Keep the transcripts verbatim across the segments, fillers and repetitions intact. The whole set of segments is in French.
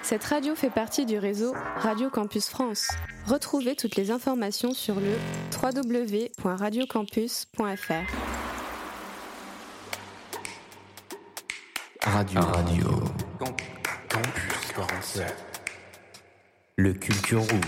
Cette radio fait partie du réseau Radio Campus France. Retrouvez toutes les informations sur le w w w point radio campus point f r. Radio Radio Campus quarante-sept. Le Culture Room.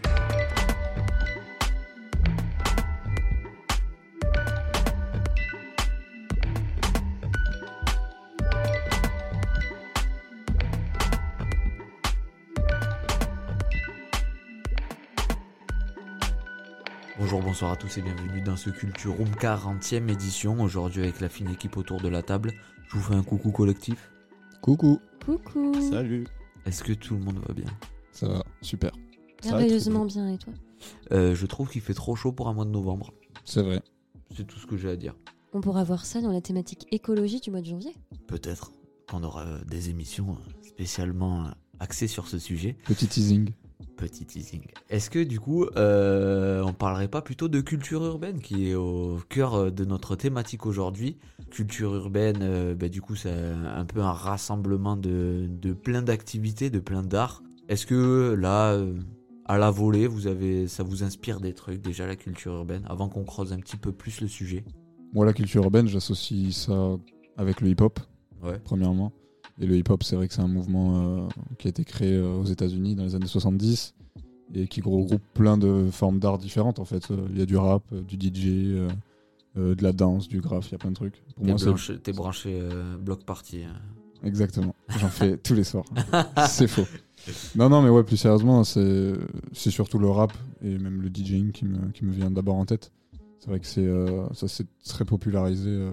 Bonjour, bonsoir à tous et bienvenue dans ce Culture Room quarantième édition. Aujourd'hui avec la fine équipe autour de la table. Je vous fais un coucou collectif. Coucou. Coucou. Salut. Est-ce que tout le monde va bien? Ça va, super. Merveilleusement bien. bien, et toi? euh, Je trouve qu'il fait trop chaud pour un mois de novembre. C'est vrai. C'est tout ce que j'ai à dire. On pourra voir ça dans la thématique écologie du mois de janvier. Peut-être qu'on aura des émissions spécialement axées sur ce sujet. Petit teasing. Petit teasing. Est-ce que du coup, euh, on parlerait pas plutôt de culture urbaine qui est au cœur de notre thématique aujourd'hui? Culture urbaine, euh, bah, du coup, c'est un peu un rassemblement de, de plein d'activités, de plein d'arts. Est-ce que là, euh, à la volée, vous avez, ça vous inspire des trucs déjà, la culture urbaine, avant qu'on creuse un petit peu plus le sujet? Moi, la culture urbaine, j'associe ça avec le hip-hop, ouais. Premièrement. Et le hip-hop, c'est vrai que c'est un mouvement euh, qui a été créé euh, aux États-Unis dans les années soixante-dix et qui regroupe plein de formes d'art différentes en fait. Il y a du rap, euh, du D J, euh, euh, de la danse, du graphe, il y a plein de trucs. Pour t'es, moi, blanche, t'es branché euh, bloc party. Hein. Exactement, j'en fais tous les soirs. C'est faux. Non, non, mais ouais, plus sérieusement, c'est, c'est surtout le rap et même le DJing qui me, qui me vient d'abord en tête. C'est vrai que c'est, euh, ça s'est très popularisé. Euh,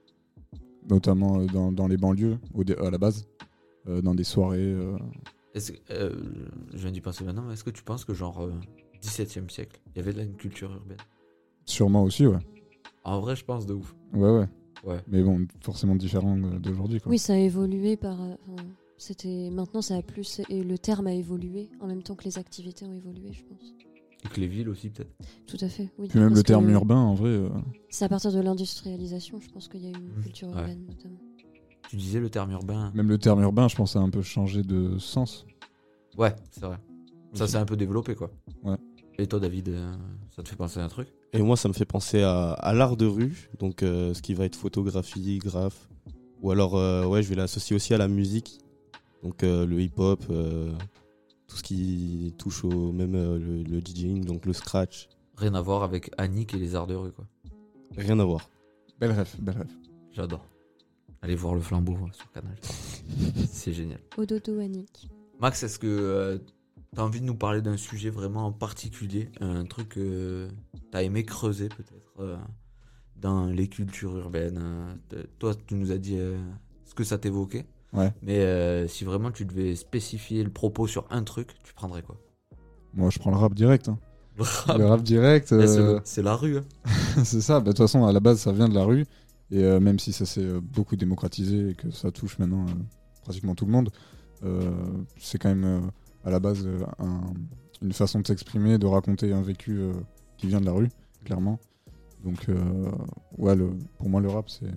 notamment dans, dans les banlieues au dé- à la base, euh, dans des soirées. Euh... Est-ce que, euh, je viens d'y penser maintenant, mais est-ce que tu penses que genre euh, dix-septième siècle, il y avait de la une culture urbaine? Sûrement aussi, ouais. En vrai, je pense de ouf. Ouais, ouais. Ouais. Mais bon, forcément différent d'aujourd'hui, quoi. Oui, ça a évolué par. Euh, c'était maintenant, ça a plus et le terme a évolué en même temps que les activités ont évolué, je pense. Et que les villes aussi, peut-être. Tout à fait, oui. Puis même Parce le terme que, urbain, en vrai. Euh... C'est à partir de l'industrialisation, je pense qu'il y a eu une mmh, culture ouais. urbaine, notamment. Tu disais le terme urbain. Même le terme urbain, je pense, a un peu changé de sens. Ouais, c'est vrai. Ça aussi. s'est un peu développé, quoi. Ouais. Et toi, David, euh, ça te fait penser à un truc? Et moi, ça me fait penser à, à l'art de rue, donc euh, ce qui va être photographie, graphe. Ou alors, euh, ouais, je vais l'associer aussi à la musique, donc euh, le hip-hop. Euh, tout ce qui touche au même euh, le, le DJing, donc le scratch. Rien à voir avec Annick et les arts de rue, quoi. Rien à voir. Belle rêve, belle rêve. J'adore. Allez voir le flambeau ouais, sur Canal. C'est génial. Ododo Annick. Max, est-ce que euh, t'as envie de nous parler d'un sujet vraiment en particulier, un truc que euh, t'as aimé creuser peut-être euh, dans les cultures urbaines euh, toi, tu nous as dit euh, ce que ça t'évoquait. Ouais. Mais euh, si vraiment tu devais spécifier le propos sur un truc, tu prendrais quoi? Moi, je prends le rap direct. Hein. Le rap, le rap direct. Euh... c'est, le, c'est la rue. Hein. C'est ça. Bah, de toute façon, à la base, ça vient de la rue. Et euh, même si ça s'est euh, beaucoup démocratisé et que ça touche maintenant euh, pratiquement tout le monde, euh, c'est quand même euh, à la base euh, un, une façon de s'exprimer, de raconter un vécu euh, qui vient de la rue, clairement. Donc, euh, ouais, le, pour moi, le rap, c'est...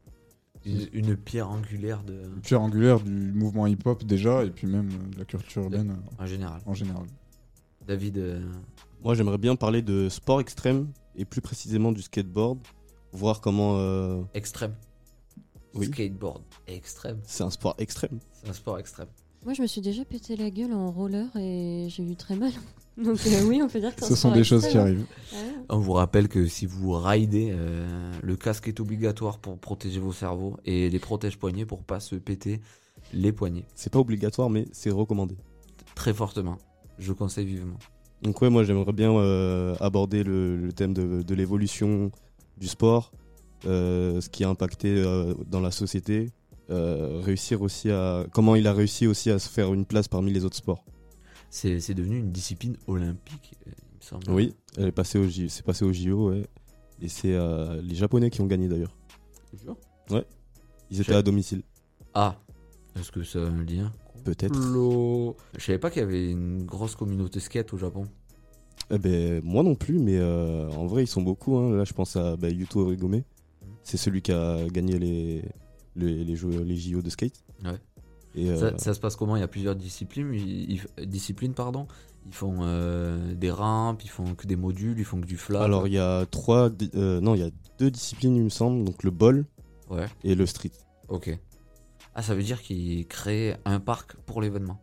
Une, une pierre angulaire de... Une pierre angulaire du mouvement hip-hop déjà, et puis même de la culture urbaine en général. En général. David euh... Moi, j'aimerais bien parler de sport extrême, et plus précisément du skateboard, voir comment... Euh... Extrême. Oui. Skateboard extrême. C'est un sport extrême. C'est un sport extrême. Moi, je me suis déjà pété la gueule en roller et j'ai eu très mal. Donc euh, oui, on peut dire que ce sont des choses qui arrivent. Ah ouais. On vous rappelle que si vous ridez, euh, le casque est obligatoire pour protéger vos cerveaux et les protège-poignets pour pas se péter les poignets. C'est pas obligatoire, mais c'est recommandé. Très fortement. Je conseille vivement. Donc ouais, moi j'aimerais bien euh, aborder le, le thème de, de l'évolution du sport, euh, ce qui a impacté euh, dans la société, euh, réussir aussi à comment il a réussi aussi à se faire une place parmi les autres sports. C'est, c'est devenu une discipline olympique, il me semble. Oui, elle est passée au J... c'est passé au J O, ouais. Et c'est euh, les Japonais qui ont gagné d'ailleurs. Tu jures ? Ouais. Ils étaient Je... à domicile. Ah, est-ce que ça a un lien ? Peut-être. Lo... Je savais pas qu'il y avait une grosse communauté skate au Japon. Eh ben, moi non plus, mais euh, en vrai, ils sont beaucoup. Hein. Là, je pense à bah, Yuto Origome. C'est celui qui a gagné les, les, les, jeux, les J O de skate. Ouais. Et, euh, ça, ça se passe comment? Il y a plusieurs disciplines, ils, ils- disciplines pardon. Ils font euh, des rampes, ils font que des modules, ils font que du flat. alors il y a trois, di- euh, non, il y a deux disciplines, il me semble, donc le ball Ouais, et le street. ok. Ah, ça veut dire qu'ils créent un parc pour l'événement.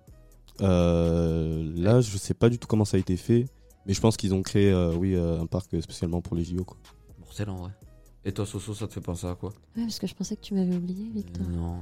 Euh, là, je sais pas du tout comment ça a été fait, mais je pense qu'ils ont créé, euh, oui, euh, un parc spécialement pour les J O, quoi. Mortel en vrai. Et toi, Soso, ça te fait penser à quoi? Ouais, parce que je pensais que tu m'avais oublié, Victor. Non.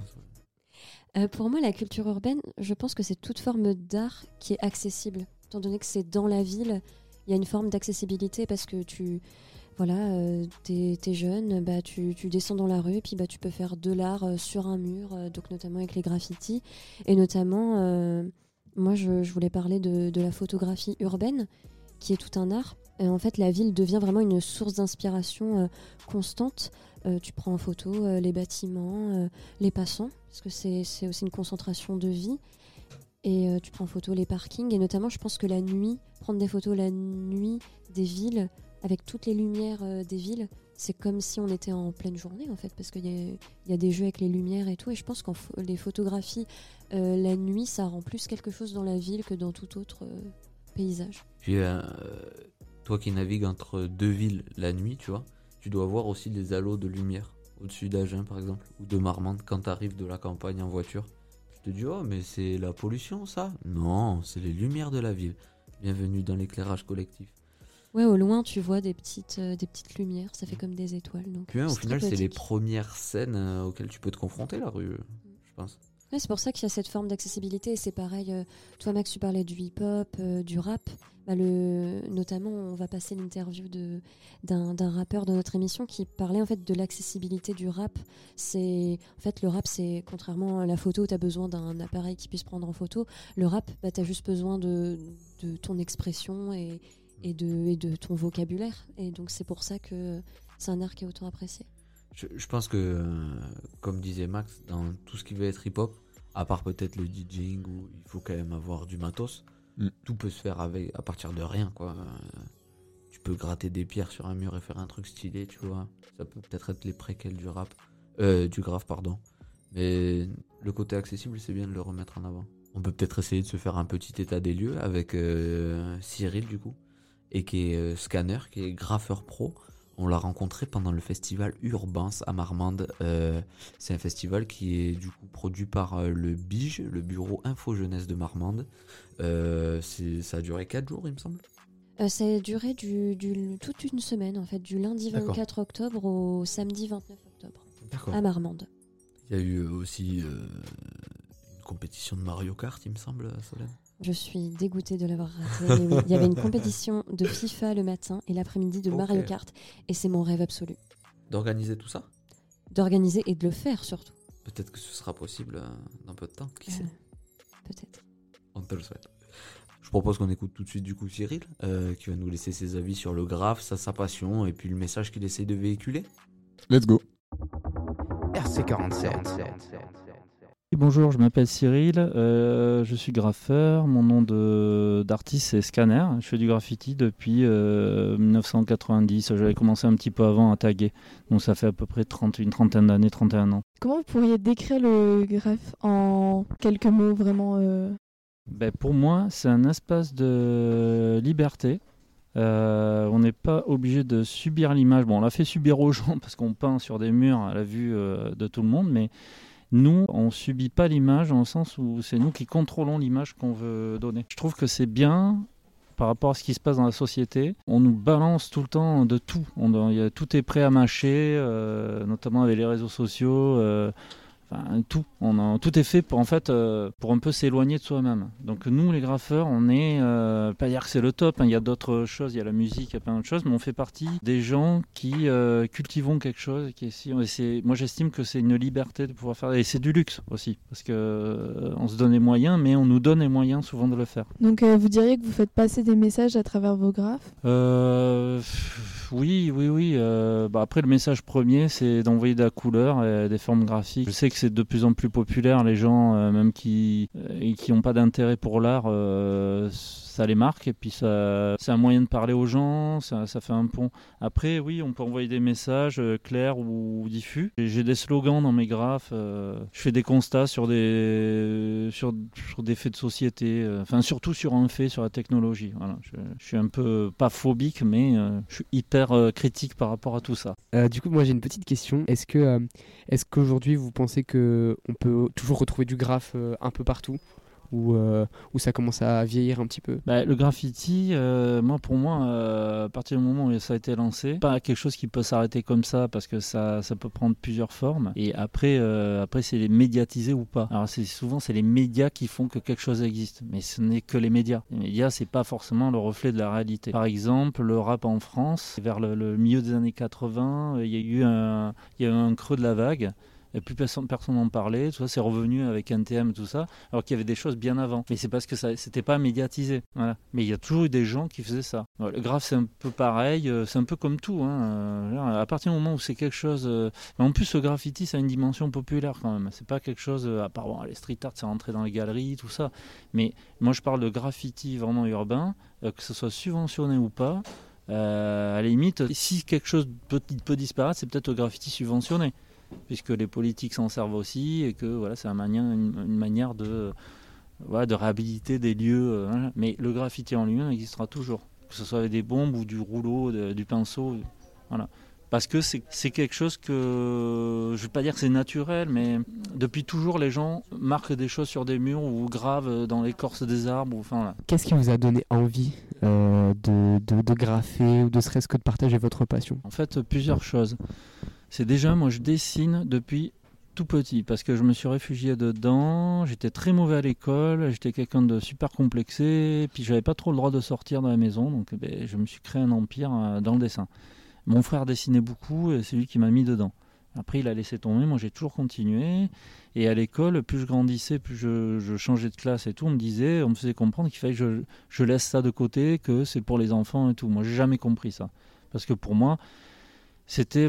Euh, pour moi, la culture urbaine, je pense que c'est toute forme d'art qui est accessible. Étant donné que c'est dans la ville, il y a une forme d'accessibilité parce que tu, voilà, euh, t'es, t'es jeune, bah, tu, tu descends dans la rue, puis bah, tu peux faire de l'art euh, sur un mur, euh, donc notamment avec les graffitis. Et notamment, euh, moi, je, je voulais parler de, de la photographie urbaine, qui est tout un art. Et en fait, la ville devient vraiment une source d'inspiration euh, constante. Euh, tu prends en photo euh, les bâtiments, euh, les passants, parce que c'est, c'est aussi une concentration de vie. Et euh, tu prends en photo les parkings. Et notamment, je pense que la nuit, prendre des photos la nuit des villes, avec toutes les lumières euh, des villes, c'est comme si on était en pleine journée, en fait, parce qu'il y a, il y a des jeux avec les lumières et tout. Et je pense que les photographies, euh, la nuit, ça rend plus quelque chose dans la ville que dans tout autre euh, paysage. Puis, euh, toi qui navigues entre deux villes la nuit, tu vois, tu dois voir aussi les halos de lumière au-dessus d'Agen, par exemple, ou de Marmande, quand tu arrives de la campagne en voiture. Tu te dis, oh, mais c'est la pollution, ça? Non, c'est les lumières de la ville. Bienvenue dans l'éclairage collectif. Ouais, au loin, tu vois des petites, euh, des petites lumières, ça fait comme des étoiles. Donc, Puis, hein, au c'est final, très c'est les poétique. premières scènes euh, auxquelles tu peux te confronter, la rue, je pense. Ouais, c'est pour ça qu'il y a cette forme d'accessibilité. Et c'est pareil, euh, toi, Max, tu parlais du hip-hop, euh, du rap. Bah, le, notamment, on va passer l'interview de, d'un, d'un rappeur de notre émission qui parlait en fait de l'accessibilité du rap. C'est, en fait, le rap, c'est contrairement à la photo où tu as besoin d'un appareil qui puisse prendre en photo. Le rap, bah, tu as juste besoin de, de ton expression et, et, de, et de ton vocabulaire. Et donc, c'est pour ça que c'est un art qui est autant apprécié. Je, je pense que, euh, comme disait Max, dans tout ce qui va être hip-hop, à part peut-être le DJing où il faut quand même avoir du matos, Mm. tout peut se faire avec, à partir de rien, quoi. Euh, tu peux gratter des pierres sur un mur et faire un truc stylé, tu vois. Ça peut peut-être être les préquels du rap, euh, du graphe, pardon. Mais le côté accessible, c'est bien de le remettre en avant. On peut peut-être essayer de se faire un petit état des lieux avec euh, Cyril, du coup, et qui est euh, scanner, qui est graffeur pro. On l'a rencontré pendant le festival Urbans à Marmande. Euh, c'est un festival qui est du coup produit par euh, le B I J, le Bureau Info Jeunesse de Marmande. Euh, c'est, ça a duré quatre jours, il me semble. Euh, ça a duré du, du- toute une semaine, en fait, du lundi D'accord. vingt-quatre octobre au samedi vingt-neuf octobre, D'accord. à Marmande. Il y a eu aussi euh, une compétition de Mario Kart, il me semble, Solène. Je suis dégoûtée de l'avoir raté. mais oui. Il y avait une compétition de FIFA le matin et l'après-midi de Ok. Mario Kart. Et c'est mon rêve absolu. D'organiser tout ça. D'organiser et de le faire, surtout. Peut-être que ce sera possible euh, dans peu de temps, qui sait. Euh, Peut-être. On te le souhaite. Je propose qu'on écoute tout de suite du coup Cyril, euh, qui va nous laisser ses avis sur le graphe, sa, sa passion et puis le message qu'il essaye de véhiculer. Let's go. R C quarante-sept. Bonjour, je m'appelle Cyril, euh, je suis graffeur, mon nom de, d'artiste c'est Scanner, je fais du graffiti depuis euh, mille neuf cent quatre-vingt-dix, j'avais commencé un petit peu avant à taguer, donc ça fait à peu près trente, une trentaine d'années, trente et un ans. Comment vous pourriez décrire le graphe en quelques mots vraiment euh... Ben, pour moi c'est un espace de liberté, euh, on n'est pas obligé de subir l'image, bon on l'a fait subir aux gens parce qu'on peint sur des murs à la vue euh, de tout le monde, mais nous, on ne subit pas l'image dans le sens où c'est nous qui contrôlons l'image qu'on veut donner. Je trouve que c'est bien par rapport à ce qui se passe dans la société. On nous balance tout le temps de tout. On, y a, tout est prêt à mâcher, euh, notamment avec les réseaux sociaux. Euh, enfin, tout. On a, tout est fait pour, en fait, euh, pour un peu s'éloigner de soi-même. Donc nous, les graffeurs, on est... Euh, pas dire que c'est le top, hein, il y a d'autres choses, il y a la musique, il y a plein d'autres choses, mais on fait partie des gens qui euh, cultivons quelque chose. Qui est, et c'est, moi, j'estime que c'est une liberté de pouvoir faire... Et c'est du luxe aussi, parce qu'on euh, se donne les moyens, mais on nous donne les moyens souvent de le faire. Donc euh, vous diriez que vous faites passer des messages à travers vos graphes? euh, Oui, oui, oui. Euh, bah après, le message premier, c'est d'envoyer de la couleur et des formes graphiques. Je sais que c'est de plus en plus populaire, les gens, euh, même qui euh, qui n'ont pas d'intérêt pour l'art, euh, ça les marque et puis ça, c'est un moyen de parler aux gens, ça, ça fait un pont. Après, oui, on peut envoyer des messages euh, clairs ou diffus. J'ai, j'ai des slogans dans mes graphes, euh, je fais des constats sur des, sur, sur des faits de société, euh, enfin surtout sur un fait, sur la technologie. Voilà. Je, je suis un peu, pas phobique, mais euh, je suis hyper euh, critique par rapport à tout ça. Euh, du coup, moi j'ai une petite question. Est-ce que, euh, est-ce qu'aujourd'hui vous pensez qu'on peut toujours retrouver du graphe euh, un peu partout ou euh, où ça commence à vieillir un petit peu? Bah, le graffiti, euh, moi pour moi, euh, à partir du moment où ça a été lancé, pas quelque chose qui peut s'arrêter comme ça parce que ça, ça peut prendre plusieurs formes. Et après, euh, après c'est les médiatisé ou pas. Alors c'est souvent c'est les médias qui font que quelque chose existe, mais ce n'est que les médias. Les médias, c'est pas forcément le reflet de la réalité. Par exemple, le rap en France, vers le, le milieu des années quatre-vingts, il y a eu un, il y a eu un creux de la vague. Et plus personne n'en parlait, tout ça c'est revenu avec N T M, tout ça, alors qu'il y avait des choses bien avant. Mais c'est parce que ça c'était pas médiatisé. Voilà. Mais il y a toujours eu des gens qui faisaient ça. Le graphe c'est un peu pareil, c'est un peu comme tout. Hein. À partir du moment où c'est quelque chose. Mais en plus, le graffiti, ça a une dimension populaire quand même. C'est pas quelque chose. À part bon, les street art, c'est rentré dans les galeries, tout ça. Mais moi je parle de graffiti vraiment urbain, que ce soit subventionné ou pas. Euh, à la limite, si quelque chose peut, peut disparaître, c'est peut-être le graffiti subventionné, puisque les politiques s'en servent aussi et que voilà, c'est une manière, une, une manière de, voilà, de réhabiliter des lieux. Hein. Mais le graffiti en lui-même existera toujours, que ce soit avec des bombes ou du rouleau, de, du pinceau. Voilà. Parce que c'est, c'est quelque chose que, je ne vais pas dire que c'est naturel, mais depuis toujours, les gens marquent des choses sur des murs ou gravent dans l'écorce des arbres. Ou, enfin, voilà. Qu'est-ce qui vous a donné envie euh, de, de, de graffer ou de serait-ce que de partager votre passion? En fait, plusieurs choses. C'est déjà, moi je dessine depuis tout petit parce que je me suis réfugié dedans, j'étais très mauvais à l'école, j'étais quelqu'un de super complexé, puis j'avais pas trop le droit de sortir de la maison, donc ben, je me suis créé un empire dans le dessin. Mon frère dessinait beaucoup et c'est lui qui m'a mis dedans. Après il a laissé tomber, moi j'ai toujours continué, et à l'école, plus je grandissais, plus je, je changeais de classe et tout, on me disait, on me faisait comprendre qu'il fallait que je, je laisse ça de côté, que c'est pour les enfants et tout. Moi j'ai jamais compris ça, parce que pour moi, c'était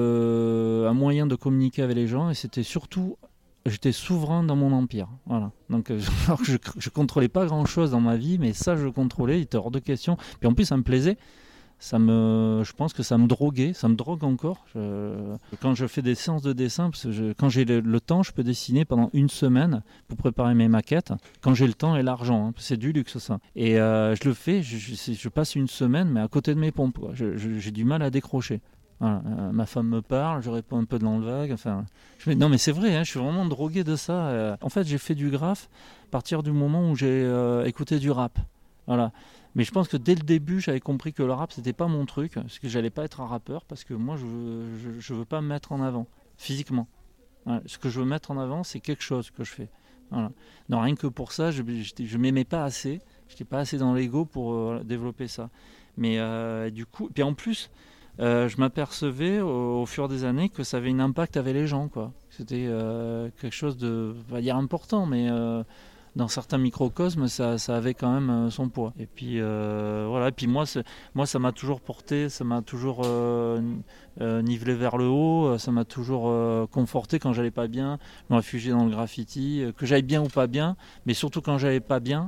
le, un moyen de communiquer avec les gens et c'était surtout, j'étais souverain dans mon empire. Voilà. Donc, alors que je ne contrôlais pas grand-chose dans ma vie, mais ça, je le contrôlais, il était hors de question. Puis en plus, ça me plaisait. Ça me, je pense que ça me droguait, ça me drogue encore. Je, quand je fais des séances de dessin, parce que je, quand j'ai le, le temps, je peux dessiner pendant une semaine pour préparer mes maquettes. Quand j'ai le temps et l'argent, hein, c'est du luxe ça. Et euh, je le fais, je, je, je passe une semaine, mais à côté de mes pompes. Quoi. Je, je, j'ai du mal à décrocher. Voilà, euh, ma femme me parle, je réponds un peu dans le vague. Enfin, je me... Non, mais c'est vrai, hein, je suis vraiment drogué de ça. Euh, en fait, j'ai fait du graphe à partir du moment où j'ai euh, écouté du rap. Voilà. Mais je pense que dès le début, j'avais compris que le rap, c'était pas mon truc, parce que j'allais pas être un rappeur, parce que moi, je veux, je, je veux pas me mettre en avant physiquement. Voilà. Ce que je veux mettre en avant, c'est quelque chose que je fais. Voilà. Non, rien que pour ça, je, je m'aimais pas assez. J'étais pas assez dans l'ego pour euh, développer ça. Mais euh, du coup, puis en plus. Euh, je m'apercevais au, au fur des années que ça avait un impact avec les gens, quoi. C'était euh, quelque chose de, on va dire important, mais euh, dans certains microcosmes, ça, ça avait quand même euh, son poids. Et puis euh, voilà. Et puis moi, moi, ça m'a toujours porté, ça m'a toujours euh, euh, nivelé vers le haut, ça m'a toujours euh, conforté quand j'allais pas bien. Je me réfugiais dans le graffiti, que j'aille bien ou pas bien, mais surtout quand j'allais pas bien.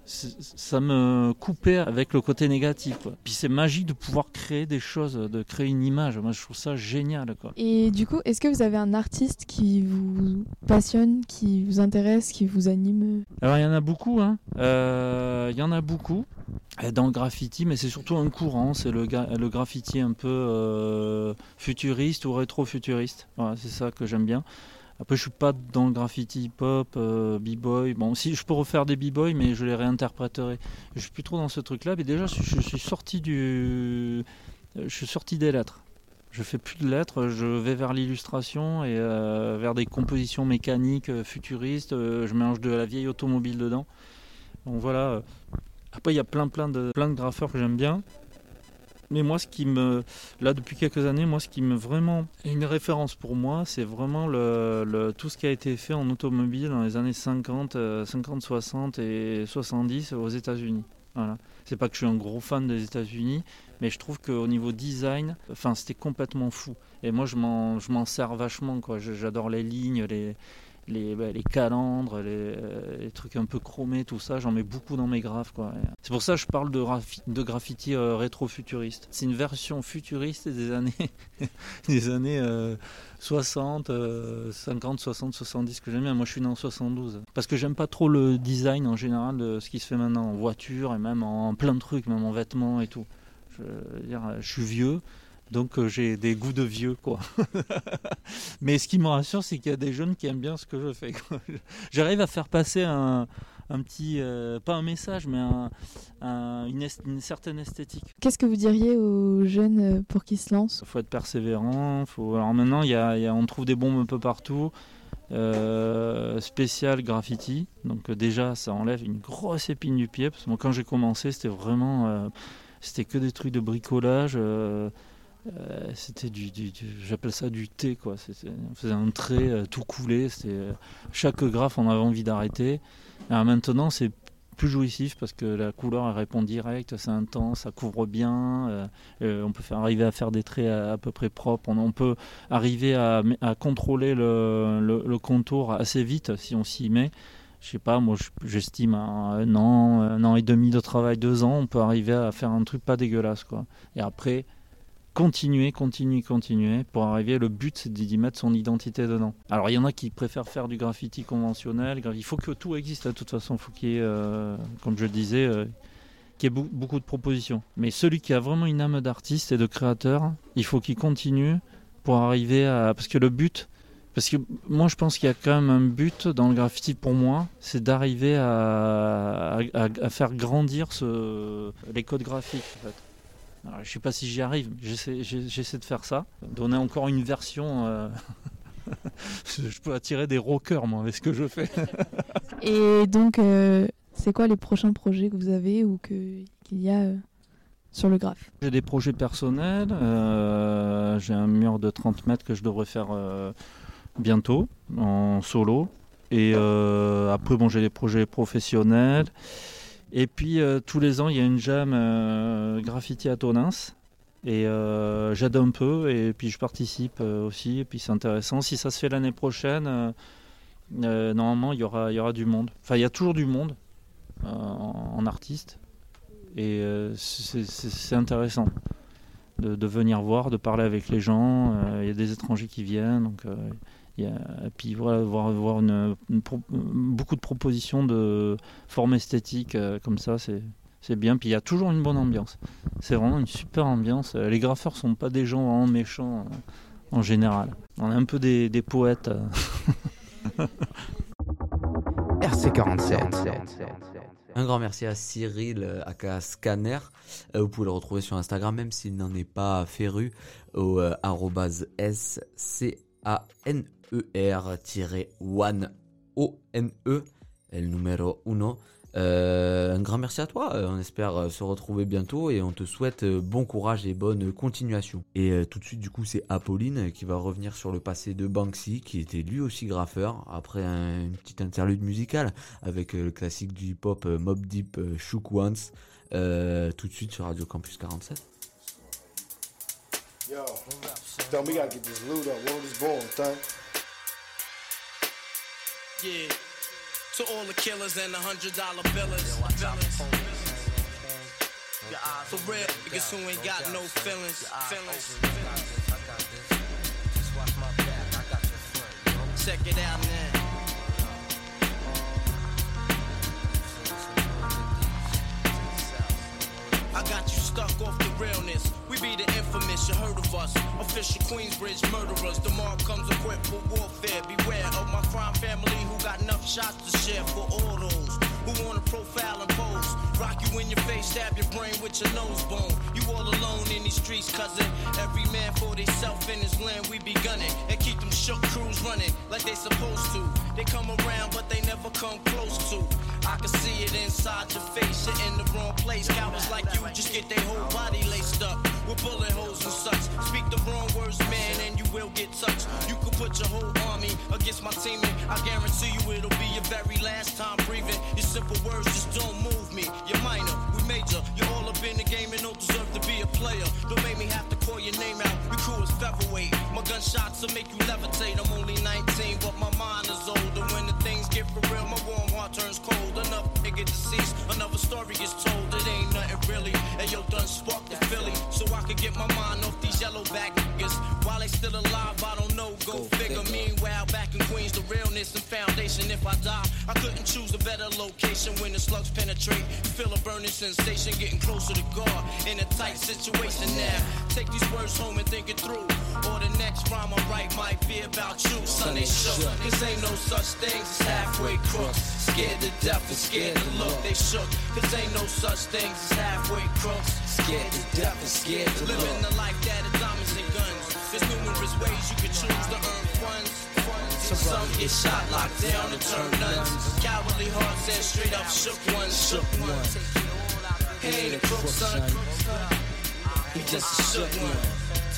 Ça me coupait avec le côté négatif, quoi. Puis c'est magique de pouvoir créer des choses, de créer une image. Moi, je trouve ça génial, quoi. Et du coup, est-ce que vous avez un artiste qui vous passionne, qui vous intéresse, qui vous anime? Alors, il y en a beaucoup, hein. Euh, il y en a beaucoup dans le graffiti, mais c'est surtout un courant. C'est le, ga- le graffiti un peu euh, futuriste ou rétro-futuriste. Voilà, c'est ça que j'aime bien. Après, je suis pas dans le graffiti hip-hop, euh, b-boy. Bon, si je peux refaire des b-boy, mais je les réinterpréterai. Je suis plus trop dans ce truc-là. Mais déjà, je, je suis sorti du, je suis sorti des lettres. Je fais plus de lettres. Je vais vers l'illustration et euh, vers des compositions mécaniques euh, futuristes. Euh, je mélange de la vieille automobile dedans. Donc voilà. Après, il y a plein, plein de, plein de graffeurs que j'aime bien. Mais moi, ce qui me, là depuis quelques années, moi, ce qui me vraiment est une référence pour moi, c'est vraiment le, le, tout ce qui a été fait en automobile dans les années cinquante, soixante et soixante-dix aux États-Unis. Voilà. C'est pas que je suis un gros fan des États-Unis, mais je trouve qu'au niveau design, enfin, c'était complètement fou. Et moi, je m'en, je m'en sers vachement, quoi. J'adore les lignes, les, les, bah, les calandres, les, euh, les trucs un peu chromés, tout ça, j'en mets beaucoup dans mes graphes, quoi. C'est pour ça que je parle de, rafi- de graffiti euh, rétro-futuriste. C'est une version futuriste des années, des années euh, soixante, euh, cinquante, soixante, soixante-dix que j'aime bien. Moi je suis né en soixante-douze. Parce que j'aime pas trop le design en général de ce qui se fait maintenant en voiture et même en plein de trucs, même en vêtements et tout. Je veux dire, je suis vieux. Donc euh, j'ai des goûts de vieux, quoi. Mais ce qui me rassure, c'est qu'il y a des jeunes qui aiment bien ce que je fais, quoi. J'arrive à faire passer un, un petit, euh, pas un message, mais un, un, une, est, une certaine esthétique. Qu'est-ce que vous diriez aux jeunes pour qu'ils se lancent ? Il faut être persévérant. Faut... Alors maintenant, y a, y a, on trouve des bombes un peu partout. Euh, spécial graffiti. Donc euh, déjà, ça enlève une grosse épine du pied. Parce que moi, quand j'ai commencé, c'était vraiment... Euh, c'était que des trucs de bricolage. Euh, Euh, c'était du, du, du j'appelle ça du thé, quoi. C'était, on faisait un trait euh, tout coulé, c'était, euh, chaque graphe on avait envie d'arrêter. Alors maintenant c'est plus jouissif parce que la couleur elle répond direct, c'est intense, ça couvre bien, euh, euh, on peut faire, arriver à faire des traits à, à peu près propres, on, on peut arriver à, à contrôler le, le, le contour assez vite si on s'y met. Je sais pas, moi j'estime à un an, un an et demi de travail, deux ans, on peut arriver à faire un truc pas dégueulasse, quoi. Et après continuer, continuer, continuer pour arriver. Le but, c'est d'y mettre son identité dedans. Alors, il y en a qui préfèrent faire du graffiti conventionnel. Il faut que tout existe, de toute façon. Il faut qu'il y ait, euh, comme je le disais, euh, qu'il y ait beaucoup de propositions. Mais celui qui a vraiment une âme d'artiste et de créateur, il faut qu'il continue pour arriver à... Parce que le but... Parce que moi, je pense qu'il y a quand même un but dans le graffiti, pour moi, c'est d'arriver à, à, à faire grandir ce, les codes graphiques, en fait. Alors, je ne sais pas si j'y arrive, j'essaie, j'essaie de faire ça, donner encore une version. Euh... je peux attirer des rockers, moi, avec ce que je fais. Et donc, euh, c'est quoi les prochains projets que vous avez ou que, qu'il y a euh, sur le graphe ? J'ai des projets personnels, euh, j'ai un mur de trente mètres que je devrais faire euh, bientôt, en solo. Et euh, après, bon, j'ai des projets professionnels. Et puis euh, tous les ans, il y a une jam euh, graffiti à Tonins. Et euh, j'aide un peu et puis je participe euh, aussi. Et puis c'est intéressant. Si ça se fait l'année prochaine, euh, euh, normalement, il y aura, il y aura du monde. Enfin, il y a toujours du monde euh, en, en artiste. Et euh, c'est, c'est, c'est intéressant de, de venir voir, de parler avec les gens. Euh, il y a des étrangers qui viennent. Donc, euh, il y a, et puis voilà, voir, voir une, une pro, beaucoup de propositions de formes esthétiques euh, comme ça, c'est, c'est bien. Puis il y a toujours une bonne ambiance. C'est vraiment une super ambiance. Les graffeurs sont pas des gens vraiment méchants euh, en général. On est un peu des, des poètes. Euh. R C quarante-sept. Un grand merci à Cyril, aka Scanner. Euh, vous pouvez le retrouver sur Instagram, même s'il n'en est pas féru, au euh, arrobase S C A N E R-one O N E, el numéro uno. Euh, un grand merci à toi, on espère se retrouver bientôt et on te souhaite bon courage et bonne continuation. Et euh, tout de suite du coup c'est Apolline qui va revenir sur le passé de Banksy, qui était lui aussi graffeur, après un, une petite interlude musicale avec euh, le classique du hip-hop euh, Mobb Deep, euh, Shook Once, euh, tout de suite sur Radio Campus quarante-sept. Yo, don't we gotta get this loot up. What was born, son? Yeah, to all the killers and the hundred dollar billers. For real, niggas who ain't got no feelings. Feelings. Check it out now. I got you stuck off the realness. We be the infamous, you heard of us. Official Queensbridge murderers. The mark comes equipped for warfare. Beware of my crime family who got enough shots to share for all those who wanna profile and pose. Rock you in your face, stab your brain with your nose bone. You all alone in these streets, cousin. Every man for theyself in his land, we be gunning. And keep them shook crews running like they supposed to. They come around, but they never come close to. I can see it inside your face, you're in the wrong place. Cowards like you just get their whole body laced up with bullet holes and such. Speak the wrong words, man, and you will get touched. You could put your whole army against my team, and I guarantee you it'll be your very last time breathing. Your simple words just don't move me. You're minor, we major. You're all up in the game and don't deserve to be a player. Don't make me have to call your name out. You crew is featherweight. My gunshots will make you levitate. I'm only nineteen, but my mind is older. When the things get for real, my warm heart turns cold. Enough nigga deceased, another story gets told. It ain't nothing really. And yo, done sparked the Philly, so I could get my mind off these yellow back niggas. While they still alive, I don't know. Go, Go figure. figure. Meanwhile, back in Queens, the realness and foundation. If I die, I couldn't choose a better location. When the slugs penetrate, feel a burning sensation, getting closer to God in a tight situation now. Take these words home and think it through. Or the next rhyme I write might be about you. Son, they shook. Cause ain't no such thing as halfway crooks. Scared to death and scared to look. They shook. Cause ain't no such thing as halfway crooks. Scared to death and scared to look. Living the life that is diamonds and guns. There's numerous ways you can choose to earn funds. Some get shot, locked down, and turn nuns. Cowardly hearts and straight up shook ones. Shook ones. He ain't a crook, son. He just a shook one.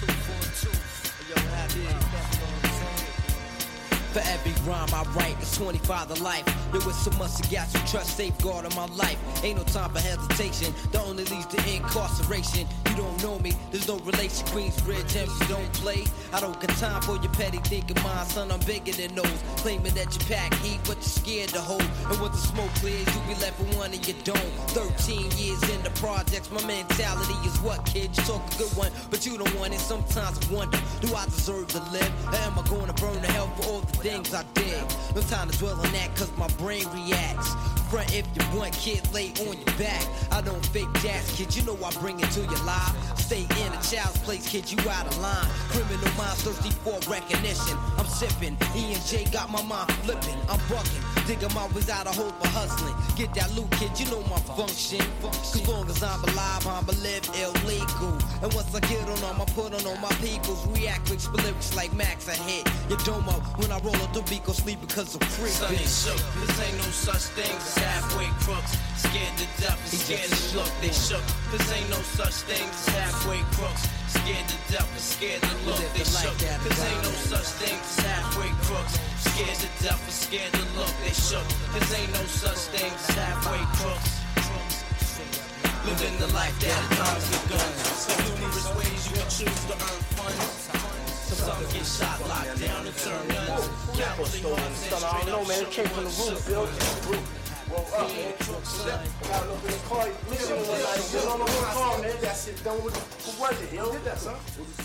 For every rhyme I write, it's twenty-five to life. There was so much to got some trust, safeguard on my life. Ain't no time for hesitation, that only leads to incarceration. You don't know me, there's no relation. Queensbridge M C don't play. I don't got time for your petty thinking, mine, son, I'm bigger than those. Claiming that you pack heat, but you're scared to hold. And once the smoke clears, you be left with one and you don't. Thirteen years in the projects, my mentality is what, kid? You talk a good one, but you don't want it. Sometimes I wonder, do I deserve to live? Or am I gonna burn to hell for all the things I did? No time to dwell on that, cause my brain reacts. Front if you want, kid, lay on your back. I don't fake jazz, kid, you know I bring it to your life. Stay in a child's place, kid, you out of line. Criminal minds thirsty for recognition. I'm sipping, E and J got my mind flipping. I'm bucking, digging my ways out of hope for hustling. Get that loot, kid, you know my function. Cause long as I'm alive, I'm a live illegal. And once I get on them, I put on all my peoples. React with lyrics like Max, I hit your dome up. When I roll up the beat, go sleep because I'm free. Son, they shook, cause ain't no such thing as halfway crooks. Scared to death and scared to look. They shook, cause ain't no such thing as halfway crooks. Scared to death and scared to look. They shook, cause ain't no such thing as halfway crooks. Scared to death and scared to look. They shook, cause ain't no such thing as halfway crooks. Living the life that is diamonds and guns. There's numerous ways you can choose to earn funds. Some get shot, locked down, and turn guns. Cowardly hearts and straight up. I don't know, man. It came from the roof, Bill. Well, up, man. Got up in the car. Listen, like, on the car, man. That shit done with. Who was it, yo? Who did that, son?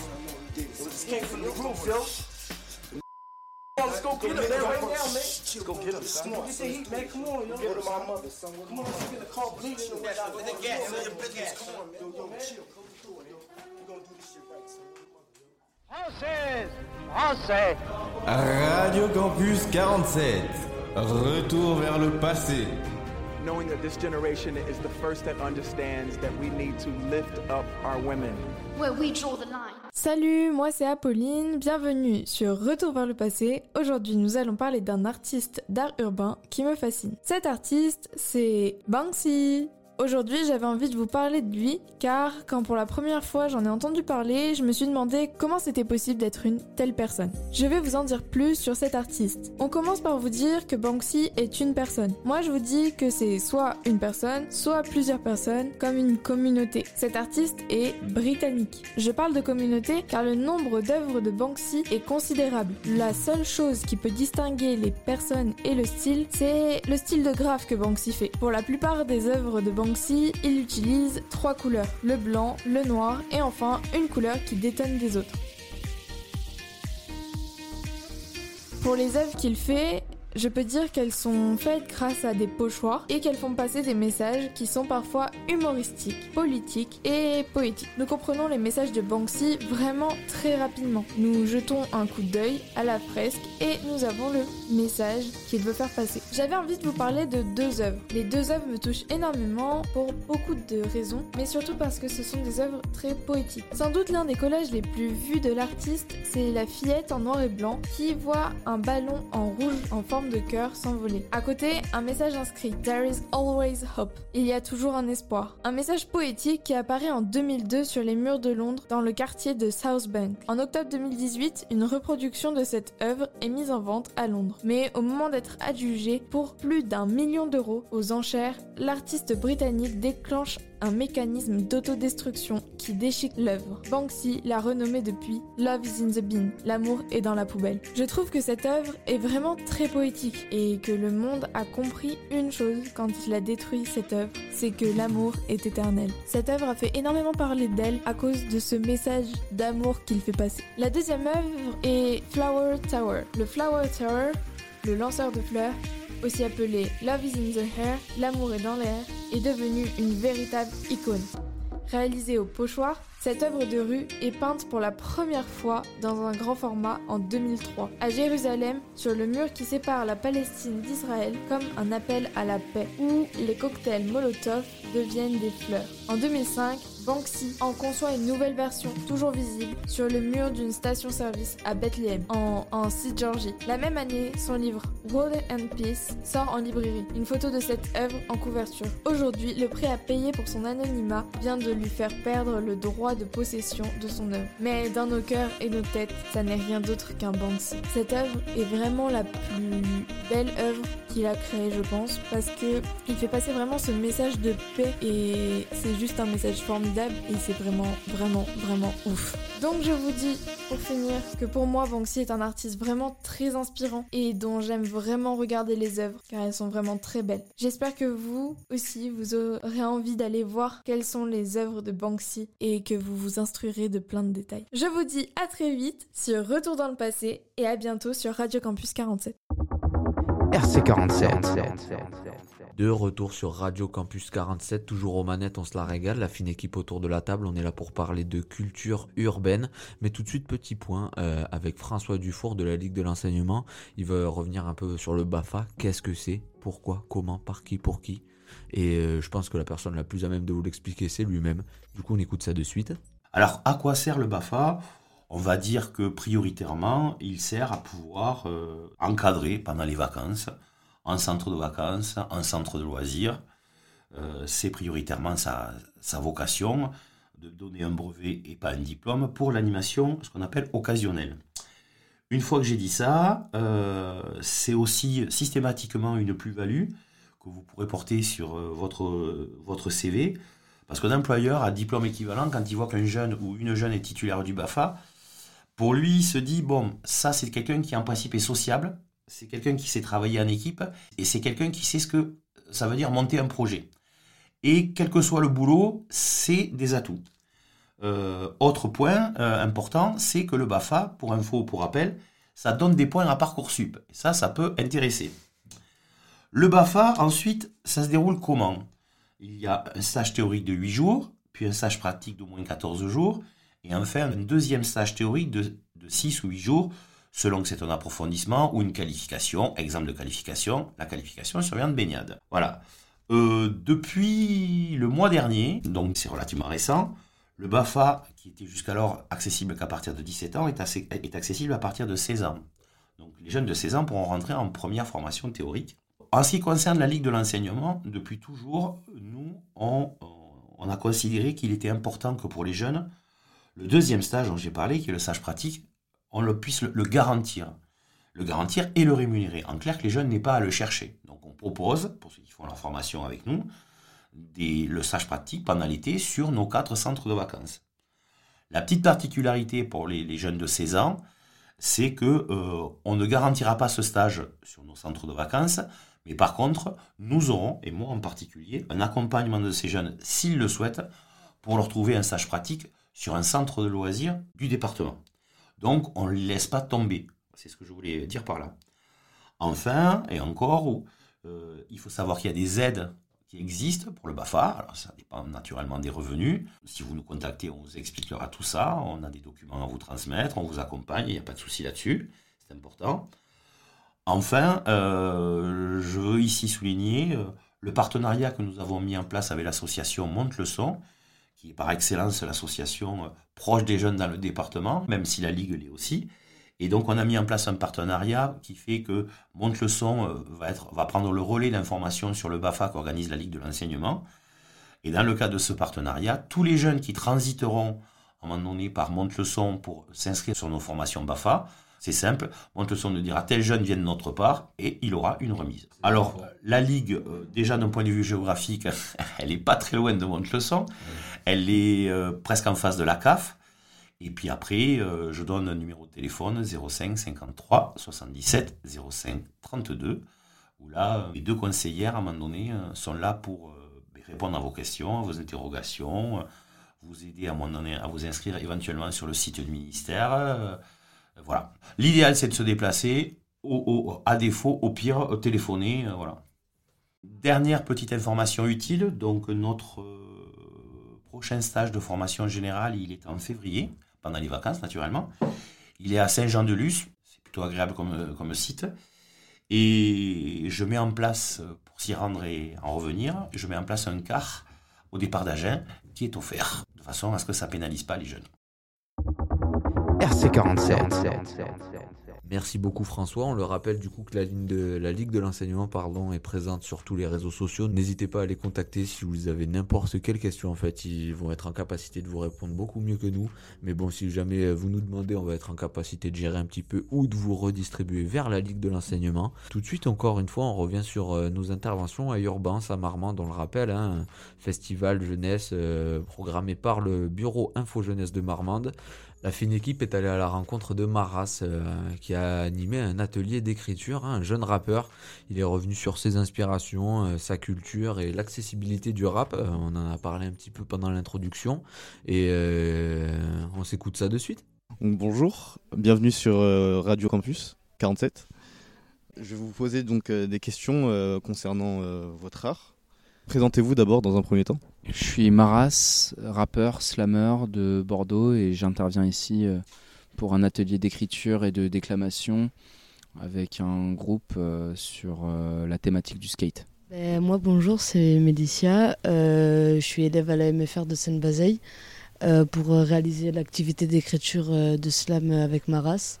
It came from the roof, yo. Let's go get him, man, right now, man. Let's go get him, son. Get the heat, man. Come on, yo. Go to my mother, son. Come on, let's get the car bleeding. Come on, man. Yo, yo, chill. Come through it, yo. We're gonna do this shit right, son. Française, Français. Radio Campus quarante-sept. Retour vers le passé. Knowing that this generation is the first that understands that we need to lift up our women. Where we draw the line. Salut, moi c'est Apolline, bienvenue sur Retour vers le passé. Aujourd'hui nous allons parler d'un artiste d'art urbain qui me fascine. Cet artiste c'est Banksy. Aujourd'hui, j'avais envie de vous parler de lui, car quand pour la première fois j'en ai entendu parler, je me suis demandé comment c'était possible d'être une telle personne. Je vais vous en dire plus sur cet artiste. On commence par vous dire que Banksy est une personne. Moi, je vous dis que c'est soit une personne, soit plusieurs personnes, comme une communauté. Cet artiste est britannique. Je parle de communauté car le nombre d'œuvres de Banksy est considérable. La seule chose qui peut distinguer les personnes et le style, c'est le style de graphe que Banksy fait. Pour la plupart des œuvres de Banksy, Banksy, il utilise trois couleurs, le blanc, le noir et enfin une couleur qui détonne des autres. Pour les œuvres qu'il fait, je peux dire qu'elles sont faites grâce à des pochoirs et qu'elles font passer des messages qui sont parfois humoristiques, politiques et poétiques. Nous comprenons les messages de Banksy vraiment très rapidement. Nous jetons un coup d'œil à la fresque et nous avons le message qu'il veut faire passer. J'avais envie de vous parler de deux œuvres. Les deux œuvres me touchent énormément pour beaucoup de raisons, mais surtout parce que ce sont des œuvres très poétiques. Sans doute l'un des collages les plus vus de l'artiste, c'est la fillette en noir et blanc qui voit un ballon en rouge en forme de cœur s'envoler. À côté, un message inscrit « There is always hope ». Il y a toujours un espoir. Un message poétique qui apparaît en deux mille deux sur les murs de Londres dans le quartier de South Bank. En octobre deux mille dix-huit, une reproduction de cette œuvre est mise en vente à Londres. Mais au moment d'être adjugé pour plus d'un million d'euros aux enchères, l'artiste britannique déclenche un mécanisme d'autodestruction qui déchique l'œuvre. Banksy l'a renommé depuis Love is in the bin, l'amour est dans la poubelle. Je trouve que cette œuvre est vraiment très poétique et que le monde a compris une chose quand il a détruit cette œuvre, c'est que l'amour est éternel. Cette œuvre a fait énormément parler d'elle à cause de ce message d'amour qu'il fait passer. La deuxième œuvre est Flower Tower. Le Flower Tower, le lanceur de fleurs, aussi appelé Love is in the air, l'amour est dans l'air, est devenu une véritable icône. Réalisée au pochoir, cette œuvre de rue est peinte pour la première fois dans un grand format en deux mille trois, à Jérusalem, sur le mur qui sépare la Palestine d'Israël, comme un appel à la paix, où les cocktails Molotov deviennent des fleurs. En deux mille cinq, Banksy en conçoit une nouvelle version, toujours visible, sur le mur d'une station-service à Bethléem, en, en Cisjordanie. La même année, son livre War and Peace sort en librairie, une photo de cette œuvre en couverture. Aujourd'hui, le prix à payer pour son anonymat vient de lui faire perdre le droit de possession de son œuvre. Mais dans nos cœurs et nos têtes, ça n'est rien d'autre qu'un Banksy. Cette œuvre est vraiment la plus belle œuvre qu'il a créée, je pense, parce que il fait passer vraiment ce message de paix et c'est juste un message formidable et c'est vraiment, vraiment, vraiment ouf. Donc je vous dis, pour finir, que pour moi, Banksy est un artiste vraiment très inspirant et dont j'aime vraiment regarder les œuvres car elles sont vraiment très belles. J'espère que vous aussi, vous aurez envie d'aller voir quelles sont les œuvres de Banksy et que vous vous instruirez de plein de détails. Je vous dis à très vite sur Retour dans le passé et à bientôt sur Radio Campus quarante-sept. R C quarante-sept. De retour sur Radio Campus quarante-sept, toujours aux manettes, on se la régale, la fine équipe autour de la table, on est là pour parler de culture urbaine. Mais tout de suite, petit point, euh, avec François Dufour de la Ligue de l'enseignement, il va revenir un peu sur le BAFA, qu'est-ce que c'est, pourquoi, comment, par qui, pour qui. Et euh, je pense que la personne la plus à même de vous l'expliquer, c'est lui-même. Du coup, on écoute ça de suite. Alors, à quoi sert le BAFA ? On va dire que prioritairement, il sert à pouvoir euh, encadrer pendant les vacances, en centre de vacances, en centre de loisirs. Euh, c'est prioritairement sa, sa vocation de donner un brevet et pas un diplôme pour l'animation, ce qu'on appelle occasionnelle. Une fois que j'ai dit ça, euh, c'est aussi systématiquement une plus-value que vous pourrez porter sur euh, votre, euh, votre C V, parce qu'un employeur à diplôme équivalent, quand il voit qu'un jeune ou une jeune est titulaire du BAFA, pour lui, il se dit, bon, ça c'est quelqu'un qui en principe est sociable, c'est quelqu'un qui sait travailler en équipe, et c'est quelqu'un qui sait ce que ça veut dire monter un projet. Et quel que soit le boulot, c'est des atouts. Euh, autre point euh, important, c'est que le BAFA, pour info ou pour rappel, ça donne des points à Parcoursup. Et ça, ça peut intéresser. Le BAFA, ensuite, ça se déroule comment ? Il y a un stage théorique de huit jours, puis un stage pratique d'au moins quatorze jours, et enfin un deuxième stage théorique de, de six ou huit jours, selon que c'est un approfondissement ou une qualification. Exemple de qualification, la qualification survient de baignade. Voilà. Euh, depuis le mois dernier, donc c'est relativement récent, le BAFA, qui était jusqu'alors accessible qu'à partir de dix-sept ans, est, assez, est accessible à partir de seize ans. Donc les jeunes de seize ans pourront rentrer en première formation théorique. En ce qui concerne la Ligue de l'enseignement, depuis toujours, nous, on, on a considéré qu'il était important que pour les jeunes, le deuxième stage dont j'ai parlé, qui est le stage pratique, on le puisse le, le garantir. Le garantir et le rémunérer. En clair, que les jeunes n'aient pas à le chercher. Donc on propose, pour ceux qui font leur formation avec nous, des, le stage pratique pendant l'été sur nos quatre centres de vacances. La petite particularité pour les, les jeunes de seize ans, c'est que euh, on ne garantira pas ce stage sur nos centres de vacances, mais par contre, nous aurons, et moi en particulier, un accompagnement de ces jeunes, s'ils le souhaitent, pour leur trouver un stage pratique sur un centre de loisirs du département. Donc, on ne les laisse pas tomber. C'est ce que je voulais dire par là. Enfin, et encore, euh, il faut savoir qu'il y a des aides qui existent pour le BAFA. Alors, ça dépend naturellement des revenus. Si vous nous contactez, on vous expliquera tout ça. On a des documents à vous transmettre, on vous accompagne, il n'y a pas de souci là-dessus. C'est important. Enfin, euh, je veux ici souligner euh, le partenariat que nous avons mis en place avec l'association Monte le Son, qui est par excellence l'association euh, proche des jeunes dans le département, même si la Ligue l'est aussi. Et donc, on a mis en place un partenariat qui fait que Monte le Son euh, va, être, va prendre le relais d'information sur le BAFA qu'organise la Ligue de l'enseignement. Et dans le cadre de ce partenariat, tous les jeunes qui transiteront à un moment donné par Monte le Son pour s'inscrire sur nos formations BAFA C'est simple, Montleçon nous dira tel jeune vient de notre part et il aura une remise. Alors, la Ligue, euh, déjà d'un point de vue géographique, elle n'est pas très loin de Montleçon. Elle est euh, presque en face de la C A F. Et puis après, euh, je donne un numéro de téléphone zéro cinq cinquante-trois soixante-dix-sept zéro cinq trente-deux, où là, les deux conseillères, à un moment donné, euh, sont là pour euh, répondre à vos questions, à vos interrogations, euh, vous aider à un moment donné à vous inscrire éventuellement sur le site du ministère. Euh, Voilà. L'idéal, c'est de se déplacer. Au, au, à défaut, au pire, téléphoner. Euh, voilà. Dernière petite information utile. Donc, notre euh, prochain stage de formation générale, il est en février, pendant les vacances, naturellement. Il est à Saint-Jean-de-Luz. C'est plutôt agréable comme, comme site. Et je mets en place, pour s'y rendre et en revenir, je mets en place un car au départ d'Agen qui est offert, de façon à ce que ça ne pénalise pas les jeunes. R C quarante-sept. Merci beaucoup François. On le rappelle du coup que la, ligne de, la Ligue de l'enseignement pardon, est présente sur tous les réseaux sociaux. N'hésitez pas à les contacter si vous avez n'importe quelle question. En fait, ils vont être en capacité de vous répondre beaucoup mieux que nous. Mais bon, si jamais vous nous demandez, on va être en capacité de gérer un petit peu ou de vous redistribuer vers la Ligue de l'enseignement. Tout de suite, encore une fois, on revient sur euh, nos interventions à Urbance, à Marmande. On le rappelle, hein, un festival jeunesse euh, programmé par le Bureau Info Jeunesse de Marmande. La fine équipe est allée à la rencontre de Maras, euh, qui a animé un atelier d'écriture, hein, un jeune rappeur. Il est revenu sur ses inspirations, euh, sa culture et l'accessibilité du rap. Euh, on en a parlé un petit peu pendant l'introduction et euh, on s'écoute ça de suite. Donc, bonjour, bienvenue sur euh, Radio Campus quarante-sept. Je vais vous poser donc euh, des questions euh, concernant euh, votre art. Présentez-vous d'abord dans un premier temps. Je suis Maras, rappeur, slammer de Bordeaux et j'interviens ici pour un atelier d'écriture et de déclamation avec un groupe sur la thématique du skate. Ben, moi bonjour, c'est Médicia, euh, je suis élève à la M F R de Seine-Bazeille euh, pour réaliser l'activité d'écriture de slam avec Maras.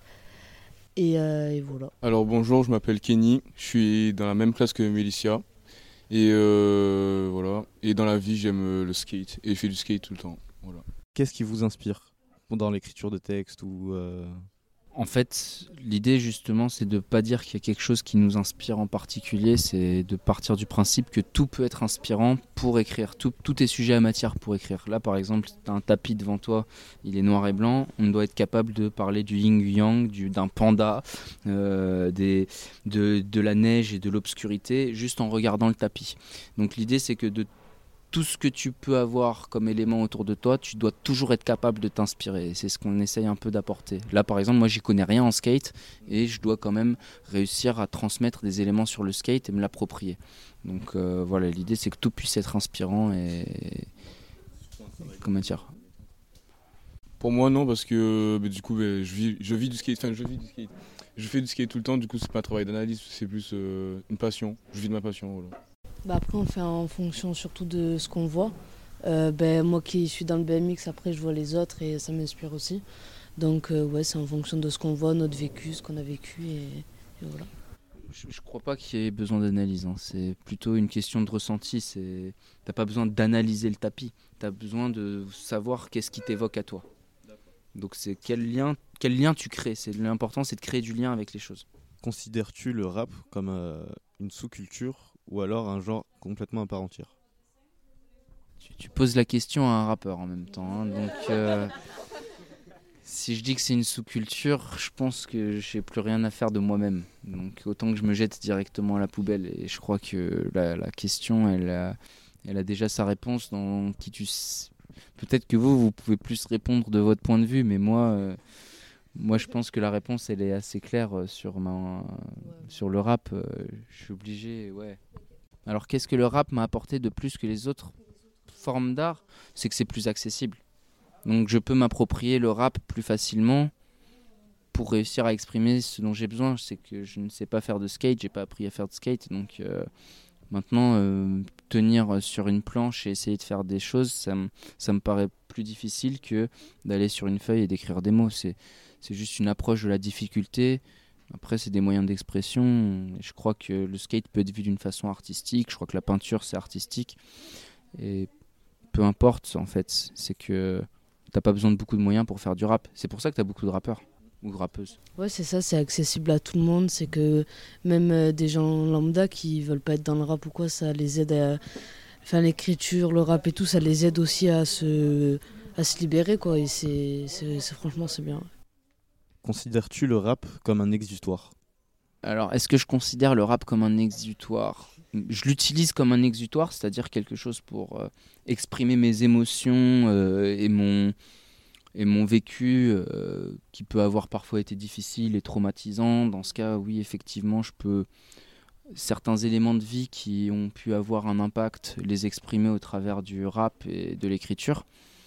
Et, euh, et voilà. Alors bonjour, je m'appelle Kenny, je suis dans la même classe que Médicia. Et euh, voilà. Et dans la vie, j'aime le skate et je fais du skate tout le temps. Voilà. Qu'est-ce qui vous inspire dans l'écriture de texte ou euh... En fait, l'idée justement, c'est de ne pas dire qu'il y a quelque chose qui nous inspire en particulier, c'est de partir du principe que tout peut être inspirant pour écrire. Tout, tout est sujet à matière pour écrire. Là, par exemple, tu as un tapis devant toi, il est noir et blanc. On doit être capable de parler du yin-yang, du, d'un panda, euh, des, de, de la neige et de l'obscurité, juste en regardant le tapis. Donc l'idée, c'est que de tout ce que tu peux avoir comme élément autour de toi, tu dois toujours être capable de t'inspirer. C'est ce qu'on essaye un peu d'apporter. Là, par exemple, moi, j'y connais rien en skate et je dois quand même réussir à transmettre des éléments sur le skate et me l'approprier. Donc euh, voilà, l'idée, c'est que tout puisse être inspirant et comme matière. Pour moi, non, parce que bah, du coup, bah, je, vis, je vis du skate. Enfin, je vis du skate. Je fais du skate tout le temps. Du coup, c'est pas un travail d'analyse, c'est plus euh, une passion. Je vis de ma passion. Voilà. Bah après on fait en fonction surtout de ce qu'on voit. Euh, ben, moi qui suis dans le B M X, après je vois les autres et ça m'inspire aussi. Donc euh, ouais, c'est en fonction de ce qu'on voit, notre vécu, ce qu'on a vécu et, et voilà. Je, je crois pas qu'il y ait besoin d'analyse, hein. C'est plutôt une question de ressenti. C'est... T'as pas besoin d'analyser le tapis, t'as besoin de savoir qu'est-ce qui t'évoque à toi. Donc c'est quel lien, quel lien tu crées. C'est, l'important c'est de créer du lien avec les choses. Considères-tu le rap comme euh, une sous-culture ou alors un genre complètement à part entière? tu, tu poses la question à un rappeur en même temps, hein, donc euh, si je dis que c'est une sous-culture, je pense que j'ai plus rien à faire de moi-même. Donc autant que je me jette directement à la poubelle. Et je crois que la, la question, elle a, elle a déjà sa réponse dans qui tu. Peut-être que vous, vous pouvez plus répondre de votre point de vue, mais moi. Euh, Moi, je pense que la réponse, elle est assez claire sur, ma, sur le rap. Je suis obligé, ouais. Alors, qu'est-ce que le rap m'a apporté de plus que les autres formes d'art? C'est que c'est plus accessible. Donc, je peux m'approprier le rap plus facilement pour réussir à exprimer ce dont j'ai besoin. C'est que je ne sais pas faire de skate, j'ai pas appris à faire de skate. Donc, euh, maintenant, euh, tenir sur une planche et essayer de faire des choses, ça, m- ça me paraît plus difficile que d'aller sur une feuille et d'écrire des mots. C'est... C'est juste une approche de la difficulté. Après, c'est des moyens d'expression. Je crois que le skate peut être vu d'une façon artistique. Je crois que la peinture, c'est artistique. Et peu importe, en fait. C'est que t'as pas besoin de beaucoup de moyens pour faire du rap. C'est pour ça que t'as beaucoup de rappeurs. ou rappeuses. Ouais, c'est ça, c'est accessible à tout le monde. C'est que même euh, des gens lambda qui veulent pas être dans le rap ou quoi, ça les aide à. Enfin, l'écriture, le rap et tout, ça les aide aussi à se, à se libérer, quoi. Et c'est, c'est, c'est franchement, c'est bien. Considères-tu le rap comme un exutoire ? Alors, est-ce que je considère le rap comme un exutoire ? Je l'utilise comme un exutoire, c'est-à-dire quelque chose pour euh, exprimer mes émotions euh, et, mon, et mon vécu euh, qui peut avoir parfois été difficile et traumatisant. Dans ce cas, oui, effectivement, je peux... Certains éléments de vie qui ont pu avoir un impact, les exprimer au travers du rap et de l'écriture.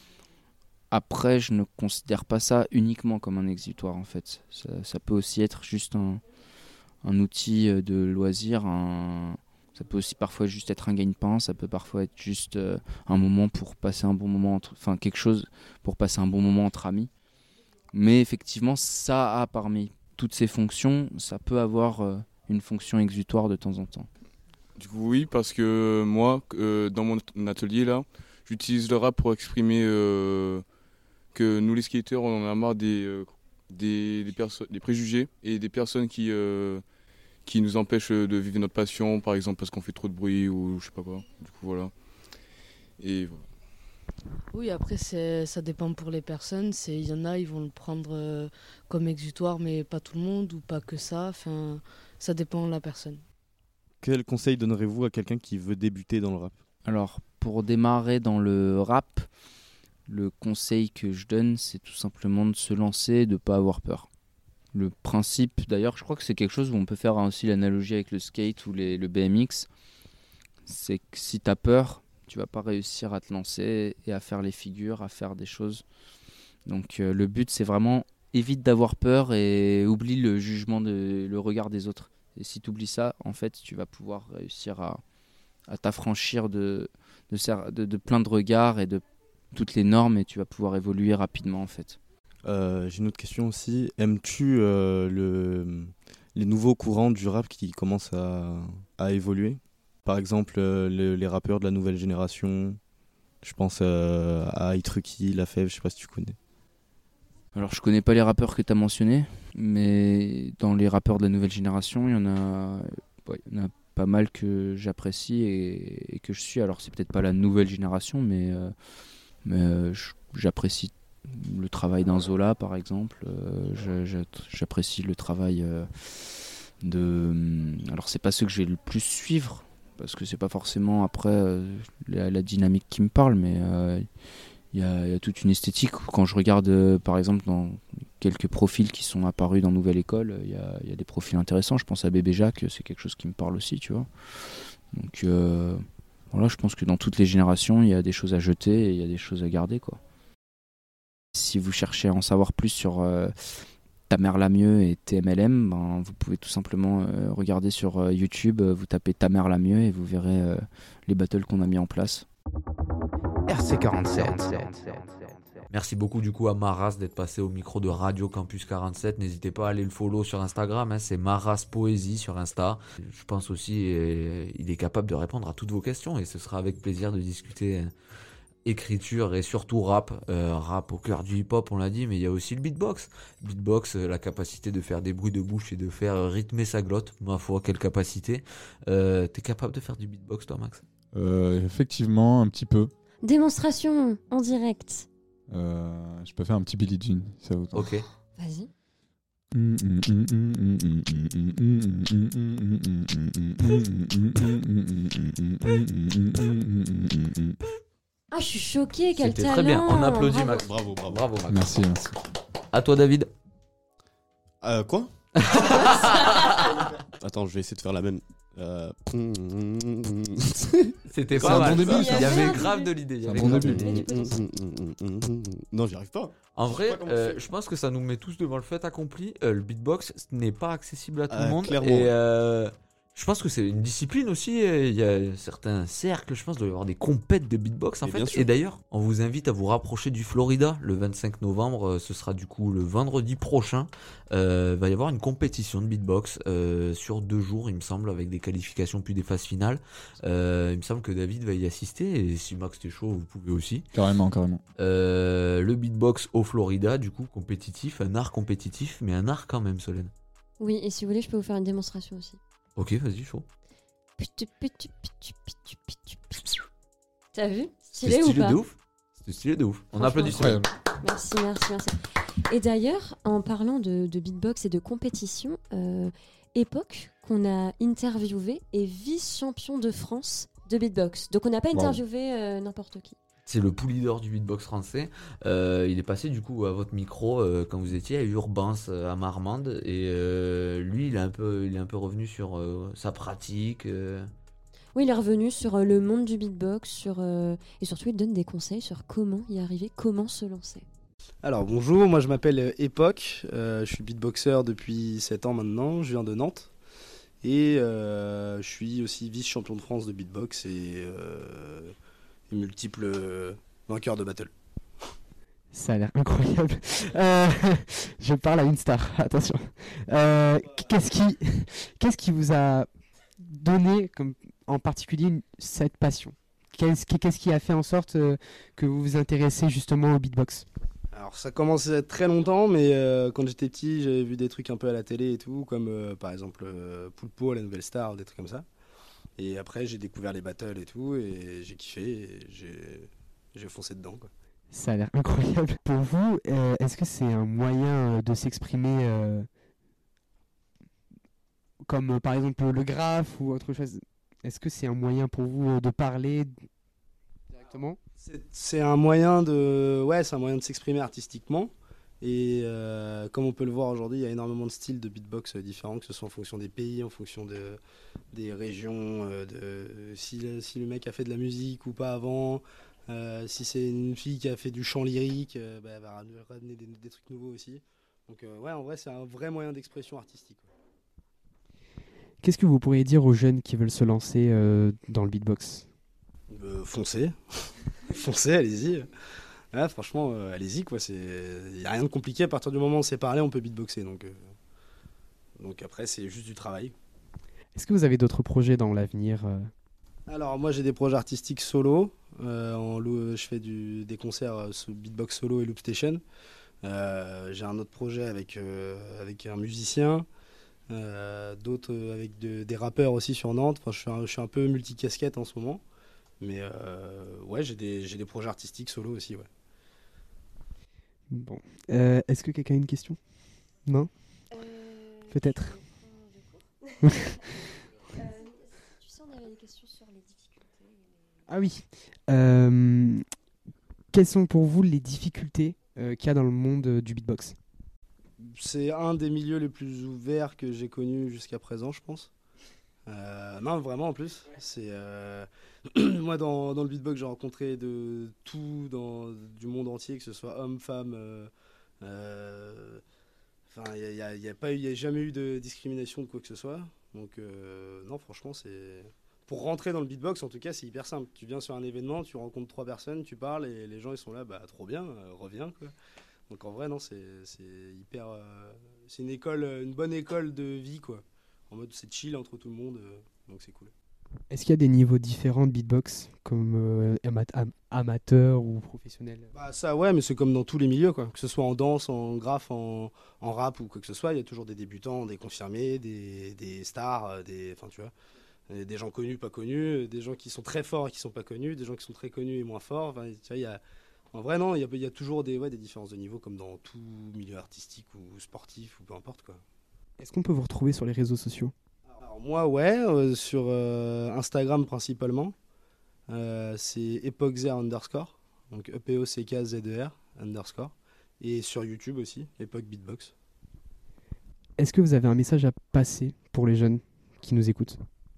Après, je ne considère pas ça uniquement comme un exutoire, en fait. Ça, ça peut aussi être juste un... un outil de loisir, un... ça peut aussi parfois juste être un gagne-pain, ça peut parfois être juste euh, un moment pour passer un bon moment, entre... enfin quelque chose pour passer un bon moment entre amis. Mais effectivement, ça a parmi toutes ces fonctions, ça peut avoir euh, une fonction exutoire de temps en temps. Du coup, oui, parce que moi, euh, dans mon atelier là, j'utilise le rap pour exprimer euh, que nous les skateurs, on en a marre des, euh, des, des, perso- des préjugés et des personnes qui euh, qui nous empêche de vivre notre passion, par exemple parce qu'on fait trop de bruit ou je sais pas quoi. Du coup, voilà. Et voilà. Oui, après, c'est, ça dépend pour les personnes. Il y en a, ils vont le prendre euh, comme exutoire, mais pas tout le monde ou pas que ça. Enfin, ça dépend de la personne. Quel conseil donnerez-vous à quelqu'un qui veut débuter dans le rap ? Alors, pour démarrer dans le rap, le conseil que je donne, c'est tout simplement de se lancer et de ne pas avoir peur. Le principe, d'ailleurs, je crois que c'est quelque chose où on peut faire aussi l'analogie avec le skate ou les, le B M X. C'est que si tu as peur, tu vas pas réussir à te lancer et à faire les figures, à faire des choses. Donc euh, le but, c'est vraiment évite d'avoir peur et oublie le jugement, de, le regard des autres. Et si tu oublies ça, en fait, tu vas pouvoir réussir à, à t'affranchir de, de, de, de plein de regards et de toutes les normes et tu vas pouvoir évoluer rapidement, en fait. Euh, j'ai une autre question aussi. Aimes-tu euh, le, les nouveaux courants du rap qui commencent à, à évoluer ? Par exemple, euh, le, les rappeurs de la nouvelle génération. Je pense euh, à Itruki, La Fève, je sais pas si tu connais. Alors, je connais pas les rappeurs que tu as mentionnés, mais dans les rappeurs de la nouvelle génération, il y en a, ouais, il y en a pas mal que j'apprécie et, et que je suis. Alors, c'est peut-être pas la nouvelle génération, mais, euh, mais euh, j'apprécie le travail d'un Zola, par exemple. Euh, je, j'apprécie le travail euh, de... Alors, c'est pas ceux que je vais le plus suivre, parce que c'est pas forcément après euh, la, la dynamique qui me parle, mais il euh, y, y a toute une esthétique. Quand je regarde, euh, par exemple, dans quelques profils qui sont apparus dans Nouvelle École, il y, y a des profils intéressants. Je pense à Bébé Jacques, c'est quelque chose qui me parle aussi, tu vois. Donc, euh, voilà, je pense que dans toutes les générations, il y a des choses à jeter et il y a des choses à garder, quoi. Si vous cherchez à en savoir plus sur euh, Ta mère l'a mieux et T M L M, ben, vous pouvez tout simplement euh, regarder sur euh, YouTube, euh, vous tapez Ta mère l'a mieux et vous verrez euh, les battles qu'on a mis en place. R C quarante-sept. Merci beaucoup du coup à Maras d'être passé au micro de Radio Campus quarante-sept. N'hésitez pas à aller le follow sur Instagram, hein, c'est Maras Poésie sur Insta. Je pense aussi euh, il est capable de répondre à toutes vos questions et ce sera avec plaisir de discuter euh, écriture et surtout rap. Euh, rap au cœur du hip-hop, on l'a dit, mais il y a aussi le beatbox. Beatbox, euh, la capacité de faire des bruits de bouche et de faire euh, rythmer sa glotte. Ma foi, quelle capacité. Euh, t'es capable de faire du beatbox toi, Max ? euh, Effectivement, un petit peu. Démonstration en direct. Euh, je peux faire un petit Billie Jean, si ça vous tente. Ok. Vas-y. Ah, je suis choquée, quel C'était talent. très bien, on applaudit Bravo. Max. Bravo, bravo. Bravo Max. Merci, merci. À toi David. Euh, quoi Attends, je vais essayer de faire la même. Euh... C'était C'est pas un mal. bon début, ça. ça. Il y avait grave de l'idée. il y C'est un avait bon grave début. de l'idée. Non, j'y arrive pas. En Je sais vrai, pas comment euh, c'est. je pense que ça nous met tous devant le fait accompli. Euh, le beatbox ce n'est pas accessible à tout Euh, le monde. clairement. Et, euh, Je pense que c'est une discipline aussi. Il y a certains cercles, je pense, doit y avoir des compètes de beatbox en Et fait. bien sûr. Et d'ailleurs, on vous invite à vous rapprocher du Florida le vingt-cinq novembre. Ce sera du coup le vendredi prochain. Euh, va y avoir une compétition de beatbox euh, sur deux jours, il me semble, avec des qualifications puis des phases finales. Euh, il me semble que David va y assister. Et si Max t'es chaud, vous pouvez aussi. Carrément, carrément. Euh, le beatbox au Florida, du coup, compétitif, un art compétitif, mais un art quand même, Solène. Oui, et si vous voulez, je peux vous faire une démonstration aussi. Ok, vas-y, chaud. T'as vu? Stylé, Stylé ou pas? de ouf. C'était stylé de ouf. On applaudit Solène. Merci, merci, merci. Et d'ailleurs, en parlant de, de beatbox et de compétition, euh, Époque, qu'on a interviewé, est vice-champion de France de beatbox. Donc on n'a pas Wow. interviewé euh, n'importe qui. C'est le pool leader du beatbox français. Euh, il est passé du coup à votre micro euh, quand vous étiez à Urbance euh, à Marmande et euh, lui il est un peu il est un peu revenu sur euh, sa pratique. euh. Oui, il est revenu sur euh, le monde du beatbox, sur, euh, et surtout il donne des conseils sur comment y arriver, comment se lancer. Alors bonjour, moi je m'appelle euh, Époque, euh, je suis beatboxer depuis sept ans maintenant, je viens de Nantes et euh, je suis aussi vice-champion de France de beatbox et, euh, et multiple euh, vainqueur de battle. Ça a l'air incroyable. Euh, je parle à une star, attention. Euh, qu'est-ce qui, qu'est-ce qui vous a donné comme, en particulier une- cette passion? Qu'est-ce qui, qu'est-ce qui a fait en sorte euh, que vous vous intéressez justement au beatbox? Alors ça commençait très longtemps, mais euh, quand j'étais petit, j'avais vu des trucs un peu à la télé et tout, comme euh, par exemple euh, Poulpo, la nouvelle star, des trucs comme ça. Et après j'ai découvert les battles et tout, et j'ai kiffé, et j'ai, j'ai foncé dedans, quoi. Ça a l'air incroyable. Pour vous, euh, est-ce que c'est un moyen euh, de s'exprimer euh, comme euh, par exemple le graphe ou autre chose? Est-ce que c'est un moyen pour vous euh, de parler directement? C'est, c'est un moyen de, ouais, c'est un moyen de s'exprimer artistiquement. Et euh, comme on peut le voir aujourd'hui, il y a énormément de styles de beatbox euh, différents, que ce soit en fonction des pays, en fonction de, des régions, euh, de, si, le, si le mec a fait de la musique ou pas avant, euh, si c'est une fille qui a fait du chant lyrique, euh, bah, elle va ramener des, des trucs nouveaux aussi. Donc euh, ouais, en vrai, c'est un vrai moyen d'expression artistique. Ouais. Qu'est-ce que vous pourriez dire aux jeunes qui veulent se lancer euh, dans le beatbox? Euh, foncez, foncez, allez-y. Ouais, franchement, euh, allez-y, quoi. Il n'y a rien de compliqué. À partir du moment où c'est parlé, on peut beatboxer. Donc, euh, donc après, c'est juste du travail. Est-ce que vous avez d'autres projets dans l'avenir euh Alors, moi, j'ai des projets artistiques solo. Euh, en loo- je fais du, des concerts euh, sous beatbox solo et loopstation. Euh, j'ai un autre projet avec, euh, avec un musicien. Euh, d'autres euh, avec de- des rappeurs aussi sur Nantes. Enfin, je, suis un, je suis un peu multicasquette en ce moment. Mais euh, ouais, j'ai des, j'ai des projets artistiques solo aussi, ouais. Bon. Euh, Est-ce que quelqu'un a une question? Non? Peut-être. Tu sais, on avait des questions sur les difficultés. Ah oui. Euh, quelles sont pour vous les difficultés euh, qu'il y a dans le monde euh, du beatbox? C'est un des milieux les plus ouverts que j'ai connu jusqu'à présent, je pense. Euh, non, vraiment, en plus. C'est, euh, moi, dans, dans le beatbox, j'ai rencontré de tout dans, du monde entier, que ce soit homme, femme. euh, euh, Enfin, il n'y a, y a- y a pas eu- y a jamais eu de discrimination de quoi que ce soit. Donc, euh, non, franchement, c'est. Pour rentrer dans le beatbox, en tout cas, c'est hyper simple. Tu viens sur un événement, tu rencontres trois personnes, tu parles et les gens ils sont là, bah trop bien, euh, reviens, quoi. Donc en vrai, non, c'est c'est hyper. euh, c'est une école, euh, une bonne école de vie, quoi. En mode, c'est chill entre tout le monde, euh, donc c'est cool. Est-ce qu'il y a des niveaux différents de beatbox, comme euh, ama- am- amateur ou professionnel? Bah ça, ouais, mais c'est comme dans tous les milieux, quoi. Que ce soit en danse, en graphe, en, en rap ou quoi que ce soit, il y a toujours des débutants, des confirmés, des, des stars, euh, des. Enfin, tu vois. euh, Des gens connus, pas connus, euh, des gens qui sont très forts et qui sont pas connus, des gens qui sont très connus et moins forts. Enfin, tu vois, il y a. En vrai, non, il y a, il y a toujours des, ouais, des différences de niveau, comme dans tout milieu artistique ou sportif ou peu importe, quoi. Est-ce qu'on peut vous retrouver sur les réseaux sociaux? Alors moi, ouais, euh, sur euh, Instagram principalement. Euh, c'est epochzer underscore, donc E P O C K Z E R underscore. Et sur YouTube aussi, Epoch Beatbox. Est-ce que vous avez un message à passer pour les jeunes qui nous écoutent?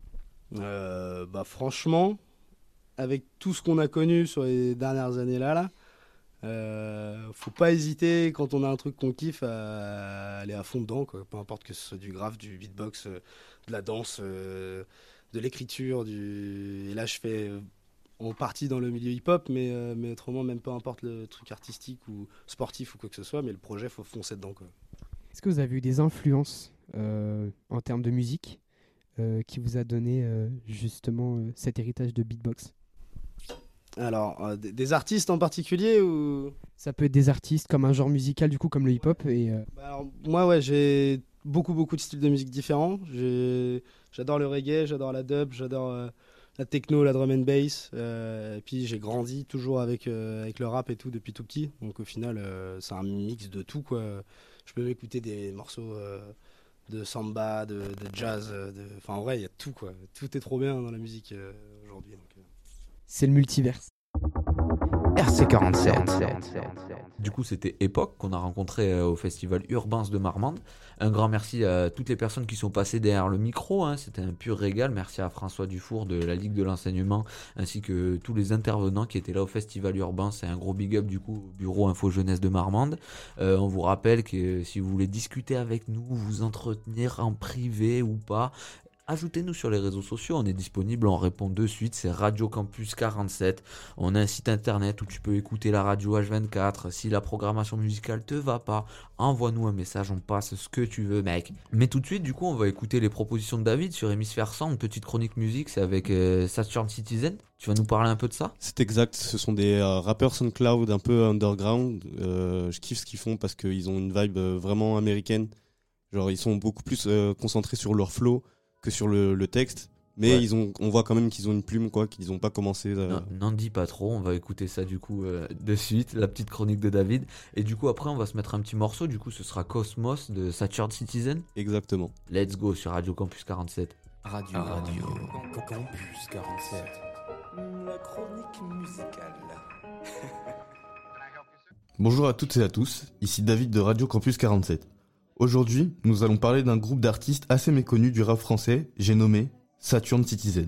Euh, bah franchement, avec tout ce qu'on a connu sur les dernières années là, là euh, faut pas hésiter quand on a un truc qu'on kiffe à aller à fond dedans, quoi. Peu importe que ce soit du graphe, du beatbox, euh, de la danse, euh, de l'écriture, du... et là je fais euh, en partie dans le milieu hip-hop, mais, euh, mais autrement même peu importe le truc artistique ou sportif ou quoi que ce soit, mais le projet, faut foncer dedans, quoi. Est-ce que vous avez eu des influences euh, en termes de musique euh, qui vous a donné euh, justement euh, cet héritage de beatbox? Alors, euh, des, des artistes en particulier ou... Ça peut être des artistes comme un genre musical du coup comme le hip-hop et euh... bah alors, moi ouais j'ai beaucoup beaucoup de styles de musique différents. J'ai... J'adore le reggae, j'adore la dub, j'adore euh, la techno, la drum and bass. Euh, et puis j'ai grandi toujours avec, euh, avec le rap et tout depuis tout petit. Donc au final euh, c'est un mix de tout, quoi. Je peux m'écouter des morceaux euh, de samba, de, de jazz, de... enfin en vrai il y a tout, quoi. Tout est trop bien dans la musique euh, aujourd'hui. Donc, euh... C'est le multiverse. R C quarante-sept. Du coup, c'était Époque qu'on a rencontré euh, au festival Urbans de Marmande. Un grand merci à toutes les personnes qui sont passées derrière le micro, hein. C'était un pur régal. Merci à François Dufour de la Ligue de l'Enseignement, ainsi que tous les intervenants qui étaient là au festival Urbans. C'est un gros big up du coup au bureau Info Jeunesse de Marmande. Euh, on vous rappelle que si vous voulez discuter avec nous, vous entretenir en privé ou pas, ajoutez-nous sur les réseaux sociaux, on est disponible, on répond de suite, c'est Radio Campus quarante-sept. On a un site internet où tu peux écouter la radio H vingt-quatre. Si la programmation musicale te va pas, envoie-nous un message, on passe ce que tu veux, mec. Mais tout de suite, du coup, on va écouter les propositions de David sur Hémisphère cent, une petite chronique musique, c'est avec euh, Saturn Citizen. Tu vas nous parler un peu de ça? C'est exact, ce sont des euh, rappeurs SoundCloud un peu underground. Euh, je kiffe ce qu'ils font parce qu'ils ont une vibe euh, vraiment américaine. Genre, ils sont beaucoup plus euh, concentrés sur leur flow que sur le, le texte, mais ouais. ils ont, on voit quand même qu'ils ont une plume, quoi, qu'ils n'ont pas commencé. Euh... Non, n'en dis pas trop, on va écouter ça du coup euh, de suite, la petite chronique de David, et du coup après on va se mettre un petit morceau, du coup ce sera Cosmos de Saturn Citizen. Exactement. Let's go sur Radio Campus quarante-sept. Radio, Radio, Campus quarante-sept. La chronique musicale. Bonjour à toutes et à tous, ici David de Radio Campus quarante-sept. Aujourd'hui, nous allons parler d'un groupe d'artistes assez méconnus du rap français, j'ai nommé Saturn Citizen.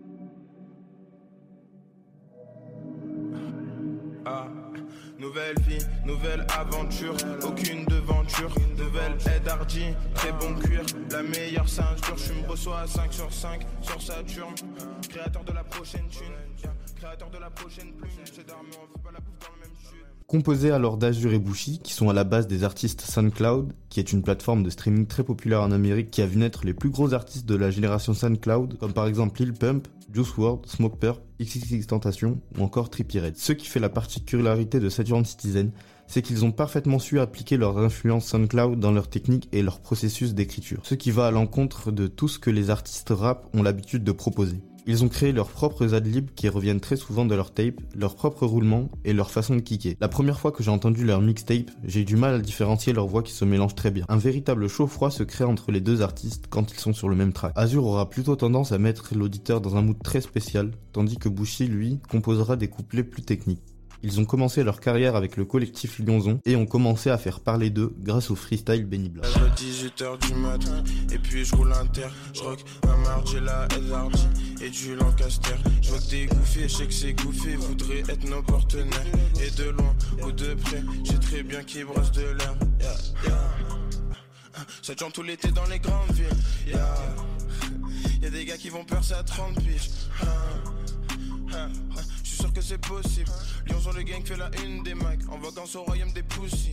Ah, nouvelle vie, nouvelle aventure, aucune devanture, nouvelle aide hardy, très bon cuir, la meilleure ceinture, je me reçois à cinq sur cinq sur Saturn, créateur de la prochaine thune, créateur de la prochaine plume, c'est d'armes, on fait pas la bouffe dans le même sud. Composé alors d'Azur et Bushi, qui sont à la base des artistes SoundCloud, qui est une plateforme de streaming très populaire en Amérique qui a vu naître les plus gros artistes de la génération SoundCloud, comme par exemple Lil Pump, Juice world, Smokepurpp, X X X Tentacion ou encore Trippie Redd. Ce qui fait la particularité de Saturn Citizen, c'est qu'ils ont parfaitement su appliquer leurs influences SoundCloud dans leur technique et leur processus d'écriture, ce qui va à l'encontre de tout ce que les artistes rap ont l'habitude de proposer. Ils ont créé leurs propres adlibs qui reviennent très souvent de leurs tapes, leurs propres roulements et leur façon de kicker. La première fois que j'ai entendu leur mixtape, j'ai eu du mal à différencier leurs voix qui se mélangent très bien. Un véritable chaud-froid se crée entre les deux artistes quand ils sont sur le même track. Azur aura plutôt tendance à mettre l'auditeur dans un mood très spécial, tandis que Bushi, lui, composera des couplets plus techniques. Ils ont commencé leur carrière avec le collectif Lyonzon et ont commencé à faire parler d'eux grâce au freestyle Benny Blanc. dix-huit heures du matin, et puis je roule inter, je rock un Margiela, L R D et du Lancaster. Je veux dégouffer, je sais que c'est gouffé, voudrais être nos partenaires. Et de loin ou de près, j'ai très bien qui brosse de l'air. Yeah, yeah. Ça chante tout l'été dans les grandes villes. Yeah. Y'a des gars qui vont percer à trente piges. Ah, ah, ah. Je suis sûr que c'est possible. Lyon sur le gang fait la une des mecs. En vacances au royaume des poussies.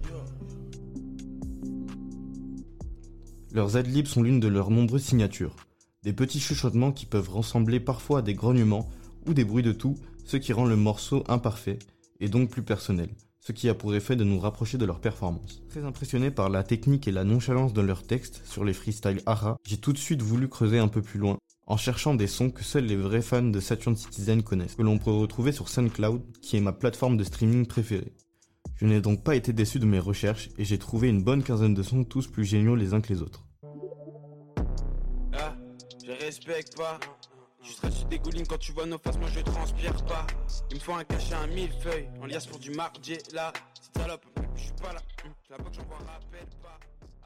Leurs adlibs sont l'une de leurs nombreuses signatures. Des petits chuchotements qui peuvent ressembler parfois à des grognements ou des bruits de tout, ce qui rend le morceau imparfait et donc plus personnel, ce qui a pour effet de nous rapprocher de leur performance. Très impressionné par la technique et la nonchalance de leurs textes sur les freestyles Ara, j'ai tout de suite voulu creuser un peu plus loin, en cherchant des sons que seuls les vrais fans de Saturn Citizen connaissent, que l'on peut retrouver sur SoundCloud, qui est ma plateforme de streaming préférée. Je n'ai donc pas été déçu de mes recherches, et j'ai trouvé une bonne quinzaine de sons tous plus géniaux les uns que les autres. Ah, je respecte pas. Je serai sur des goulines quand tu vois nos faces, moi je transpire pas. Il me faut un cachet, un millefeuille, en liasse pour du Margiela. C'est salope, je suis pas là, la boxe j'envoie rappelle pas.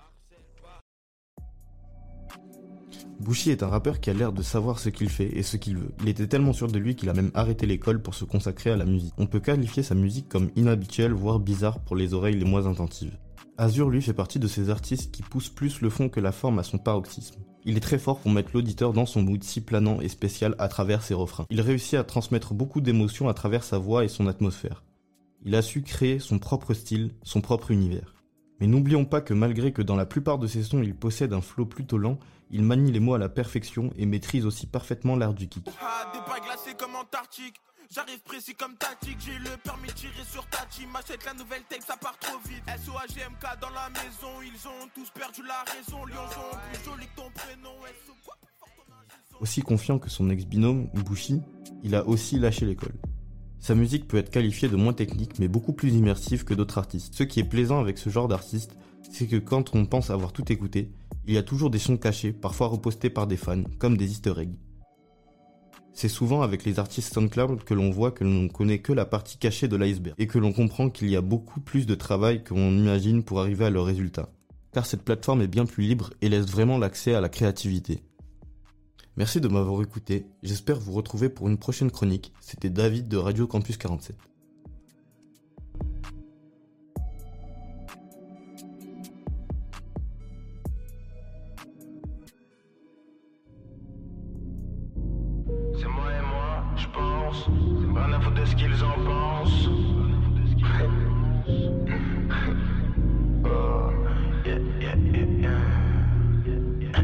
Bushi est un rappeur qui a l'air de savoir ce qu'il fait et ce qu'il veut. Il était tellement sûr de lui qu'il a même arrêté l'école pour se consacrer à la musique. On peut qualifier sa musique comme inhabituelle, voire bizarre pour les oreilles les moins attentives. Azur, lui, fait partie de ces artistes qui poussent plus le fond que la forme à son paroxysme. Il est très fort pour mettre l'auditeur dans son mood si planant et spécial à travers ses refrains. Il réussit à transmettre beaucoup d'émotions à travers sa voix et son atmosphère. Il a su créer son propre style, son propre univers. Mais n'oublions pas que malgré que dans la plupart de ses sons il possède un flow plutôt lent, il manie les mots à la perfection et maîtrise aussi parfaitement l'art du kick. Ah, des pas glacés comme Antarctique. J'arrive précis comme tactique, j'ai le permis de tirer sur ta team. M'achète la nouvelle tape, ça part trop vite. S O A G M K dans la maison, ils ont tous perdu la raison. Lyonzon, plus joli que ton prénom. S O... Aussi confiant que son ex-binôme, Bushi, il a aussi lâché l'école. Sa musique peut être qualifiée de moins technique mais beaucoup plus immersive que d'autres artistes. Ce qui est plaisant avec ce genre d'artiste, c'est que quand on pense avoir tout écouté, il y a toujours des sons cachés, parfois repostés par des fans, comme des easter eggs. C'est souvent avec les artistes SoundCloud que l'on voit que l'on ne connaît que la partie cachée de l'iceberg, et que l'on comprend qu'il y a beaucoup plus de travail que l'on imagine pour arriver à leur résultat. Car cette plateforme est bien plus libre et laisse vraiment l'accès à la créativité. Merci de m'avoir écouté, j'espère vous retrouver pour une prochaine chronique. C'était David de Radio Campus quarante-sept. C'est moi et moi, je pense. Rien à foutre de ce qu'ils en pensent. Oh, yeah, yeah, yeah, yeah.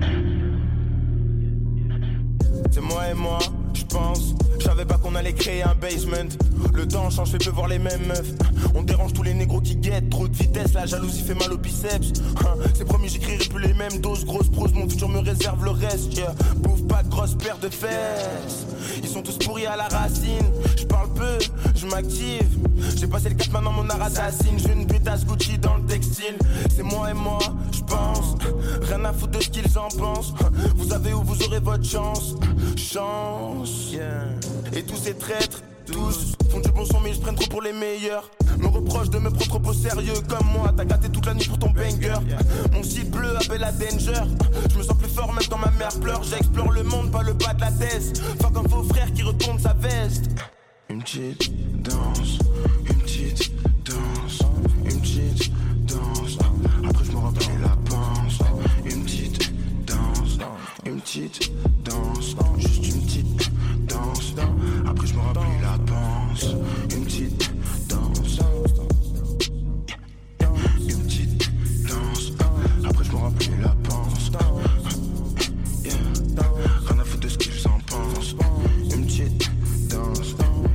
C'est moi et moi, je pense. Je savais pas qu'on allait créer un basement. Le temps change, fait peu voir les mêmes meufs. On dérange tous les négros qui guettent. Trop de vitesse, la jalousie fait mal aux biceps. C'est promis, j'écrirai plus les mêmes doses. Grosse prose, mon futur me réserve le reste. Yeah. Bouffe pas de grosses paires de fesses. Ils sont tous pourris à la racine. Je parle peu, je m'active. J'ai passé le cap, maintenant mon art assassine. J'ai une pétasse Gucci dans le textile. C'est moi et moi, je pense. Rien à foutre de ce qu'ils en pensent. Vous savez où vous aurez votre chance. Chance, yeah. Et tous ces traîtres, tous font du bon son mais ils se prennent trop pour les meilleurs. Me reprochent de me prendre trop au sérieux. Comme moi, t'as gâté toute la nuit pour ton banger. Mon cible bleu appelle la danger. Je me sens plus fort même quand ma mère pleure. J'explore le monde, pas le bas de la tête. Fuck un faux frère qui retourne sa veste. Une petite danse, une petite danse, une petite danse. Après je me remplis la panse. Une petite danse, une petite danse, juste une petite danse. Après je me remplis la panse. Une petite danse, une petite danse. Après je me remplis la panse. Yeah. Rien à foutre de ce qu'ils en pensent. Une petite danse.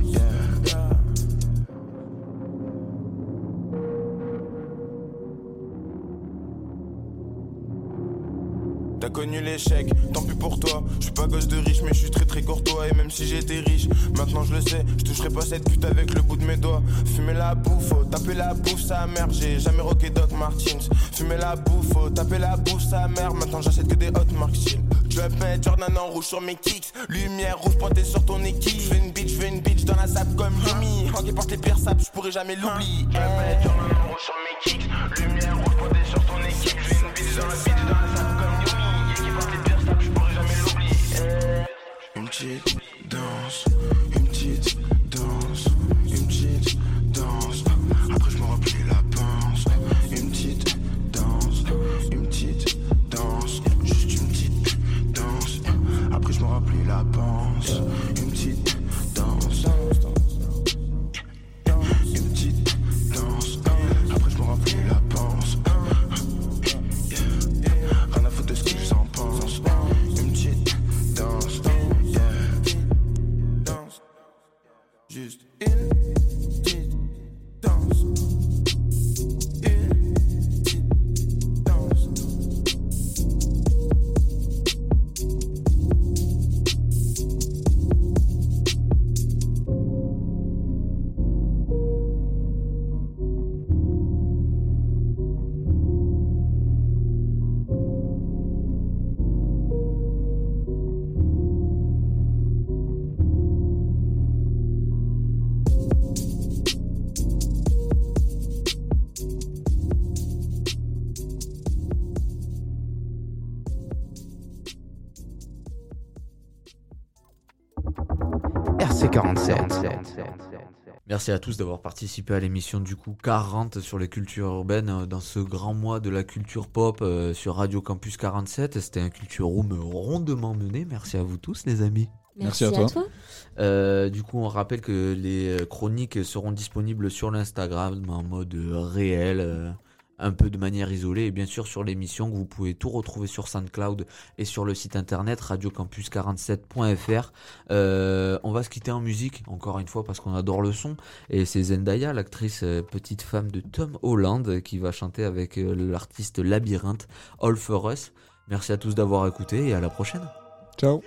T'as connu l'échec, tant pis pour toi. Je suis pas gosse de riche mais je suis très très courtois. Et même si j'étais riche, maintenant je le sais, je toucherai pas cette pute avec le bout de mes doigts. Fumer la bouffe, oh, taper la bouffe, sa mère. J'ai jamais rocké Doc Martens. Fumer la bouffe, oh, taper la bouffe, sa mère. Maintenant j'achète que des hot marks chill. Je vais mettre Jordan en rouge sur mes kicks. Lumière rouge pointée sur ton équipe. Je veux une bitch, je veux une bitch dans la sap comme Yumi. En qui porte les pires saps, je pourrais jamais l'oublier. Je vais mettre Jordan en rouge sur mes kicks. Lumière rouge pointée sur ton équipe. Je veux une bitch dans la bitch dans la sap comme Yumi. Une petite danse, une petite danse, une petite danse. Après je me remplis la panse. Une petite danse, une petite danse, juste une petite danse. Après je me remplis la panse. Une petite danse, une petite danse. Après je me remplis la panse. Rien à foutre de ce qu'ils en pensent. Une petite danse. Juste une petite danse. Une petite danse. R C quarante-sept. Merci à tous d'avoir participé à l'émission du coup quarante sur les cultures urbaines euh, dans ce grand mois de la culture pop euh, sur Radio Campus quarante-sept. C'était un Culture Room rondement mené. Merci à vous tous les amis. Merci, Merci à toi. toi. Euh, du coup, on rappelle que les chroniques seront disponibles sur l'Instagram en mode réel, euh, un peu de manière isolée, et bien sûr sur l'émission que vous pouvez tout retrouver sur SoundCloud et sur le site internet radio campus quarante-sept point f r. Euh, on va se quitter en musique, encore une fois, parce qu'on adore le son, et c'est Zendaya, l'actrice euh, petite femme de Tom Holland, qui va chanter avec euh, l'artiste Labyrinthe, All For Us. Merci à tous d'avoir écouté, et à la prochaine. Ciao.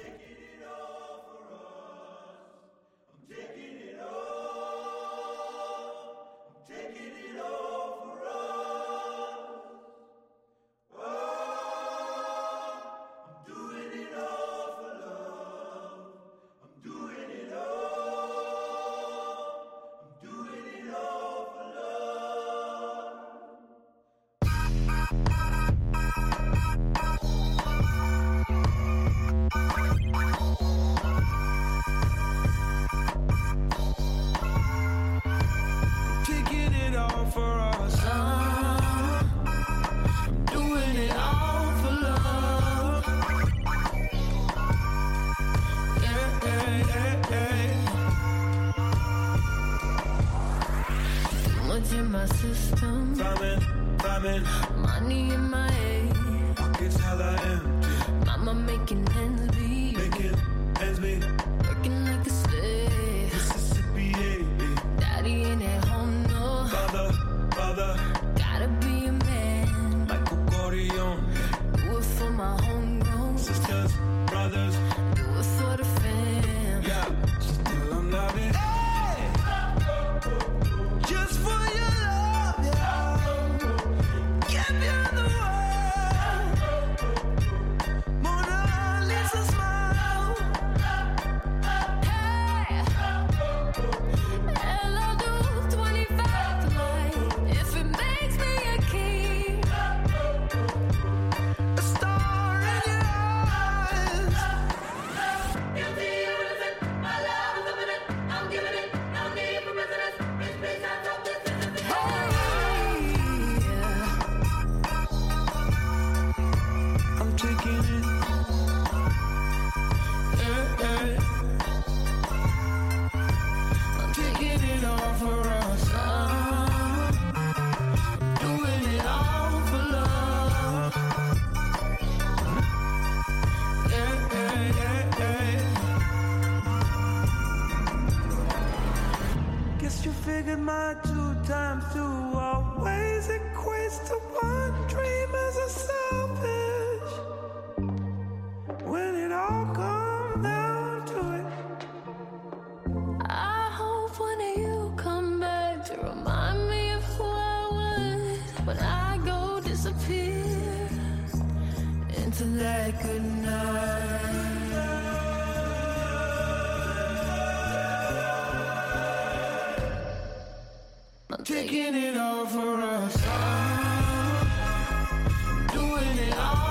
Taking it all for us, doing it all.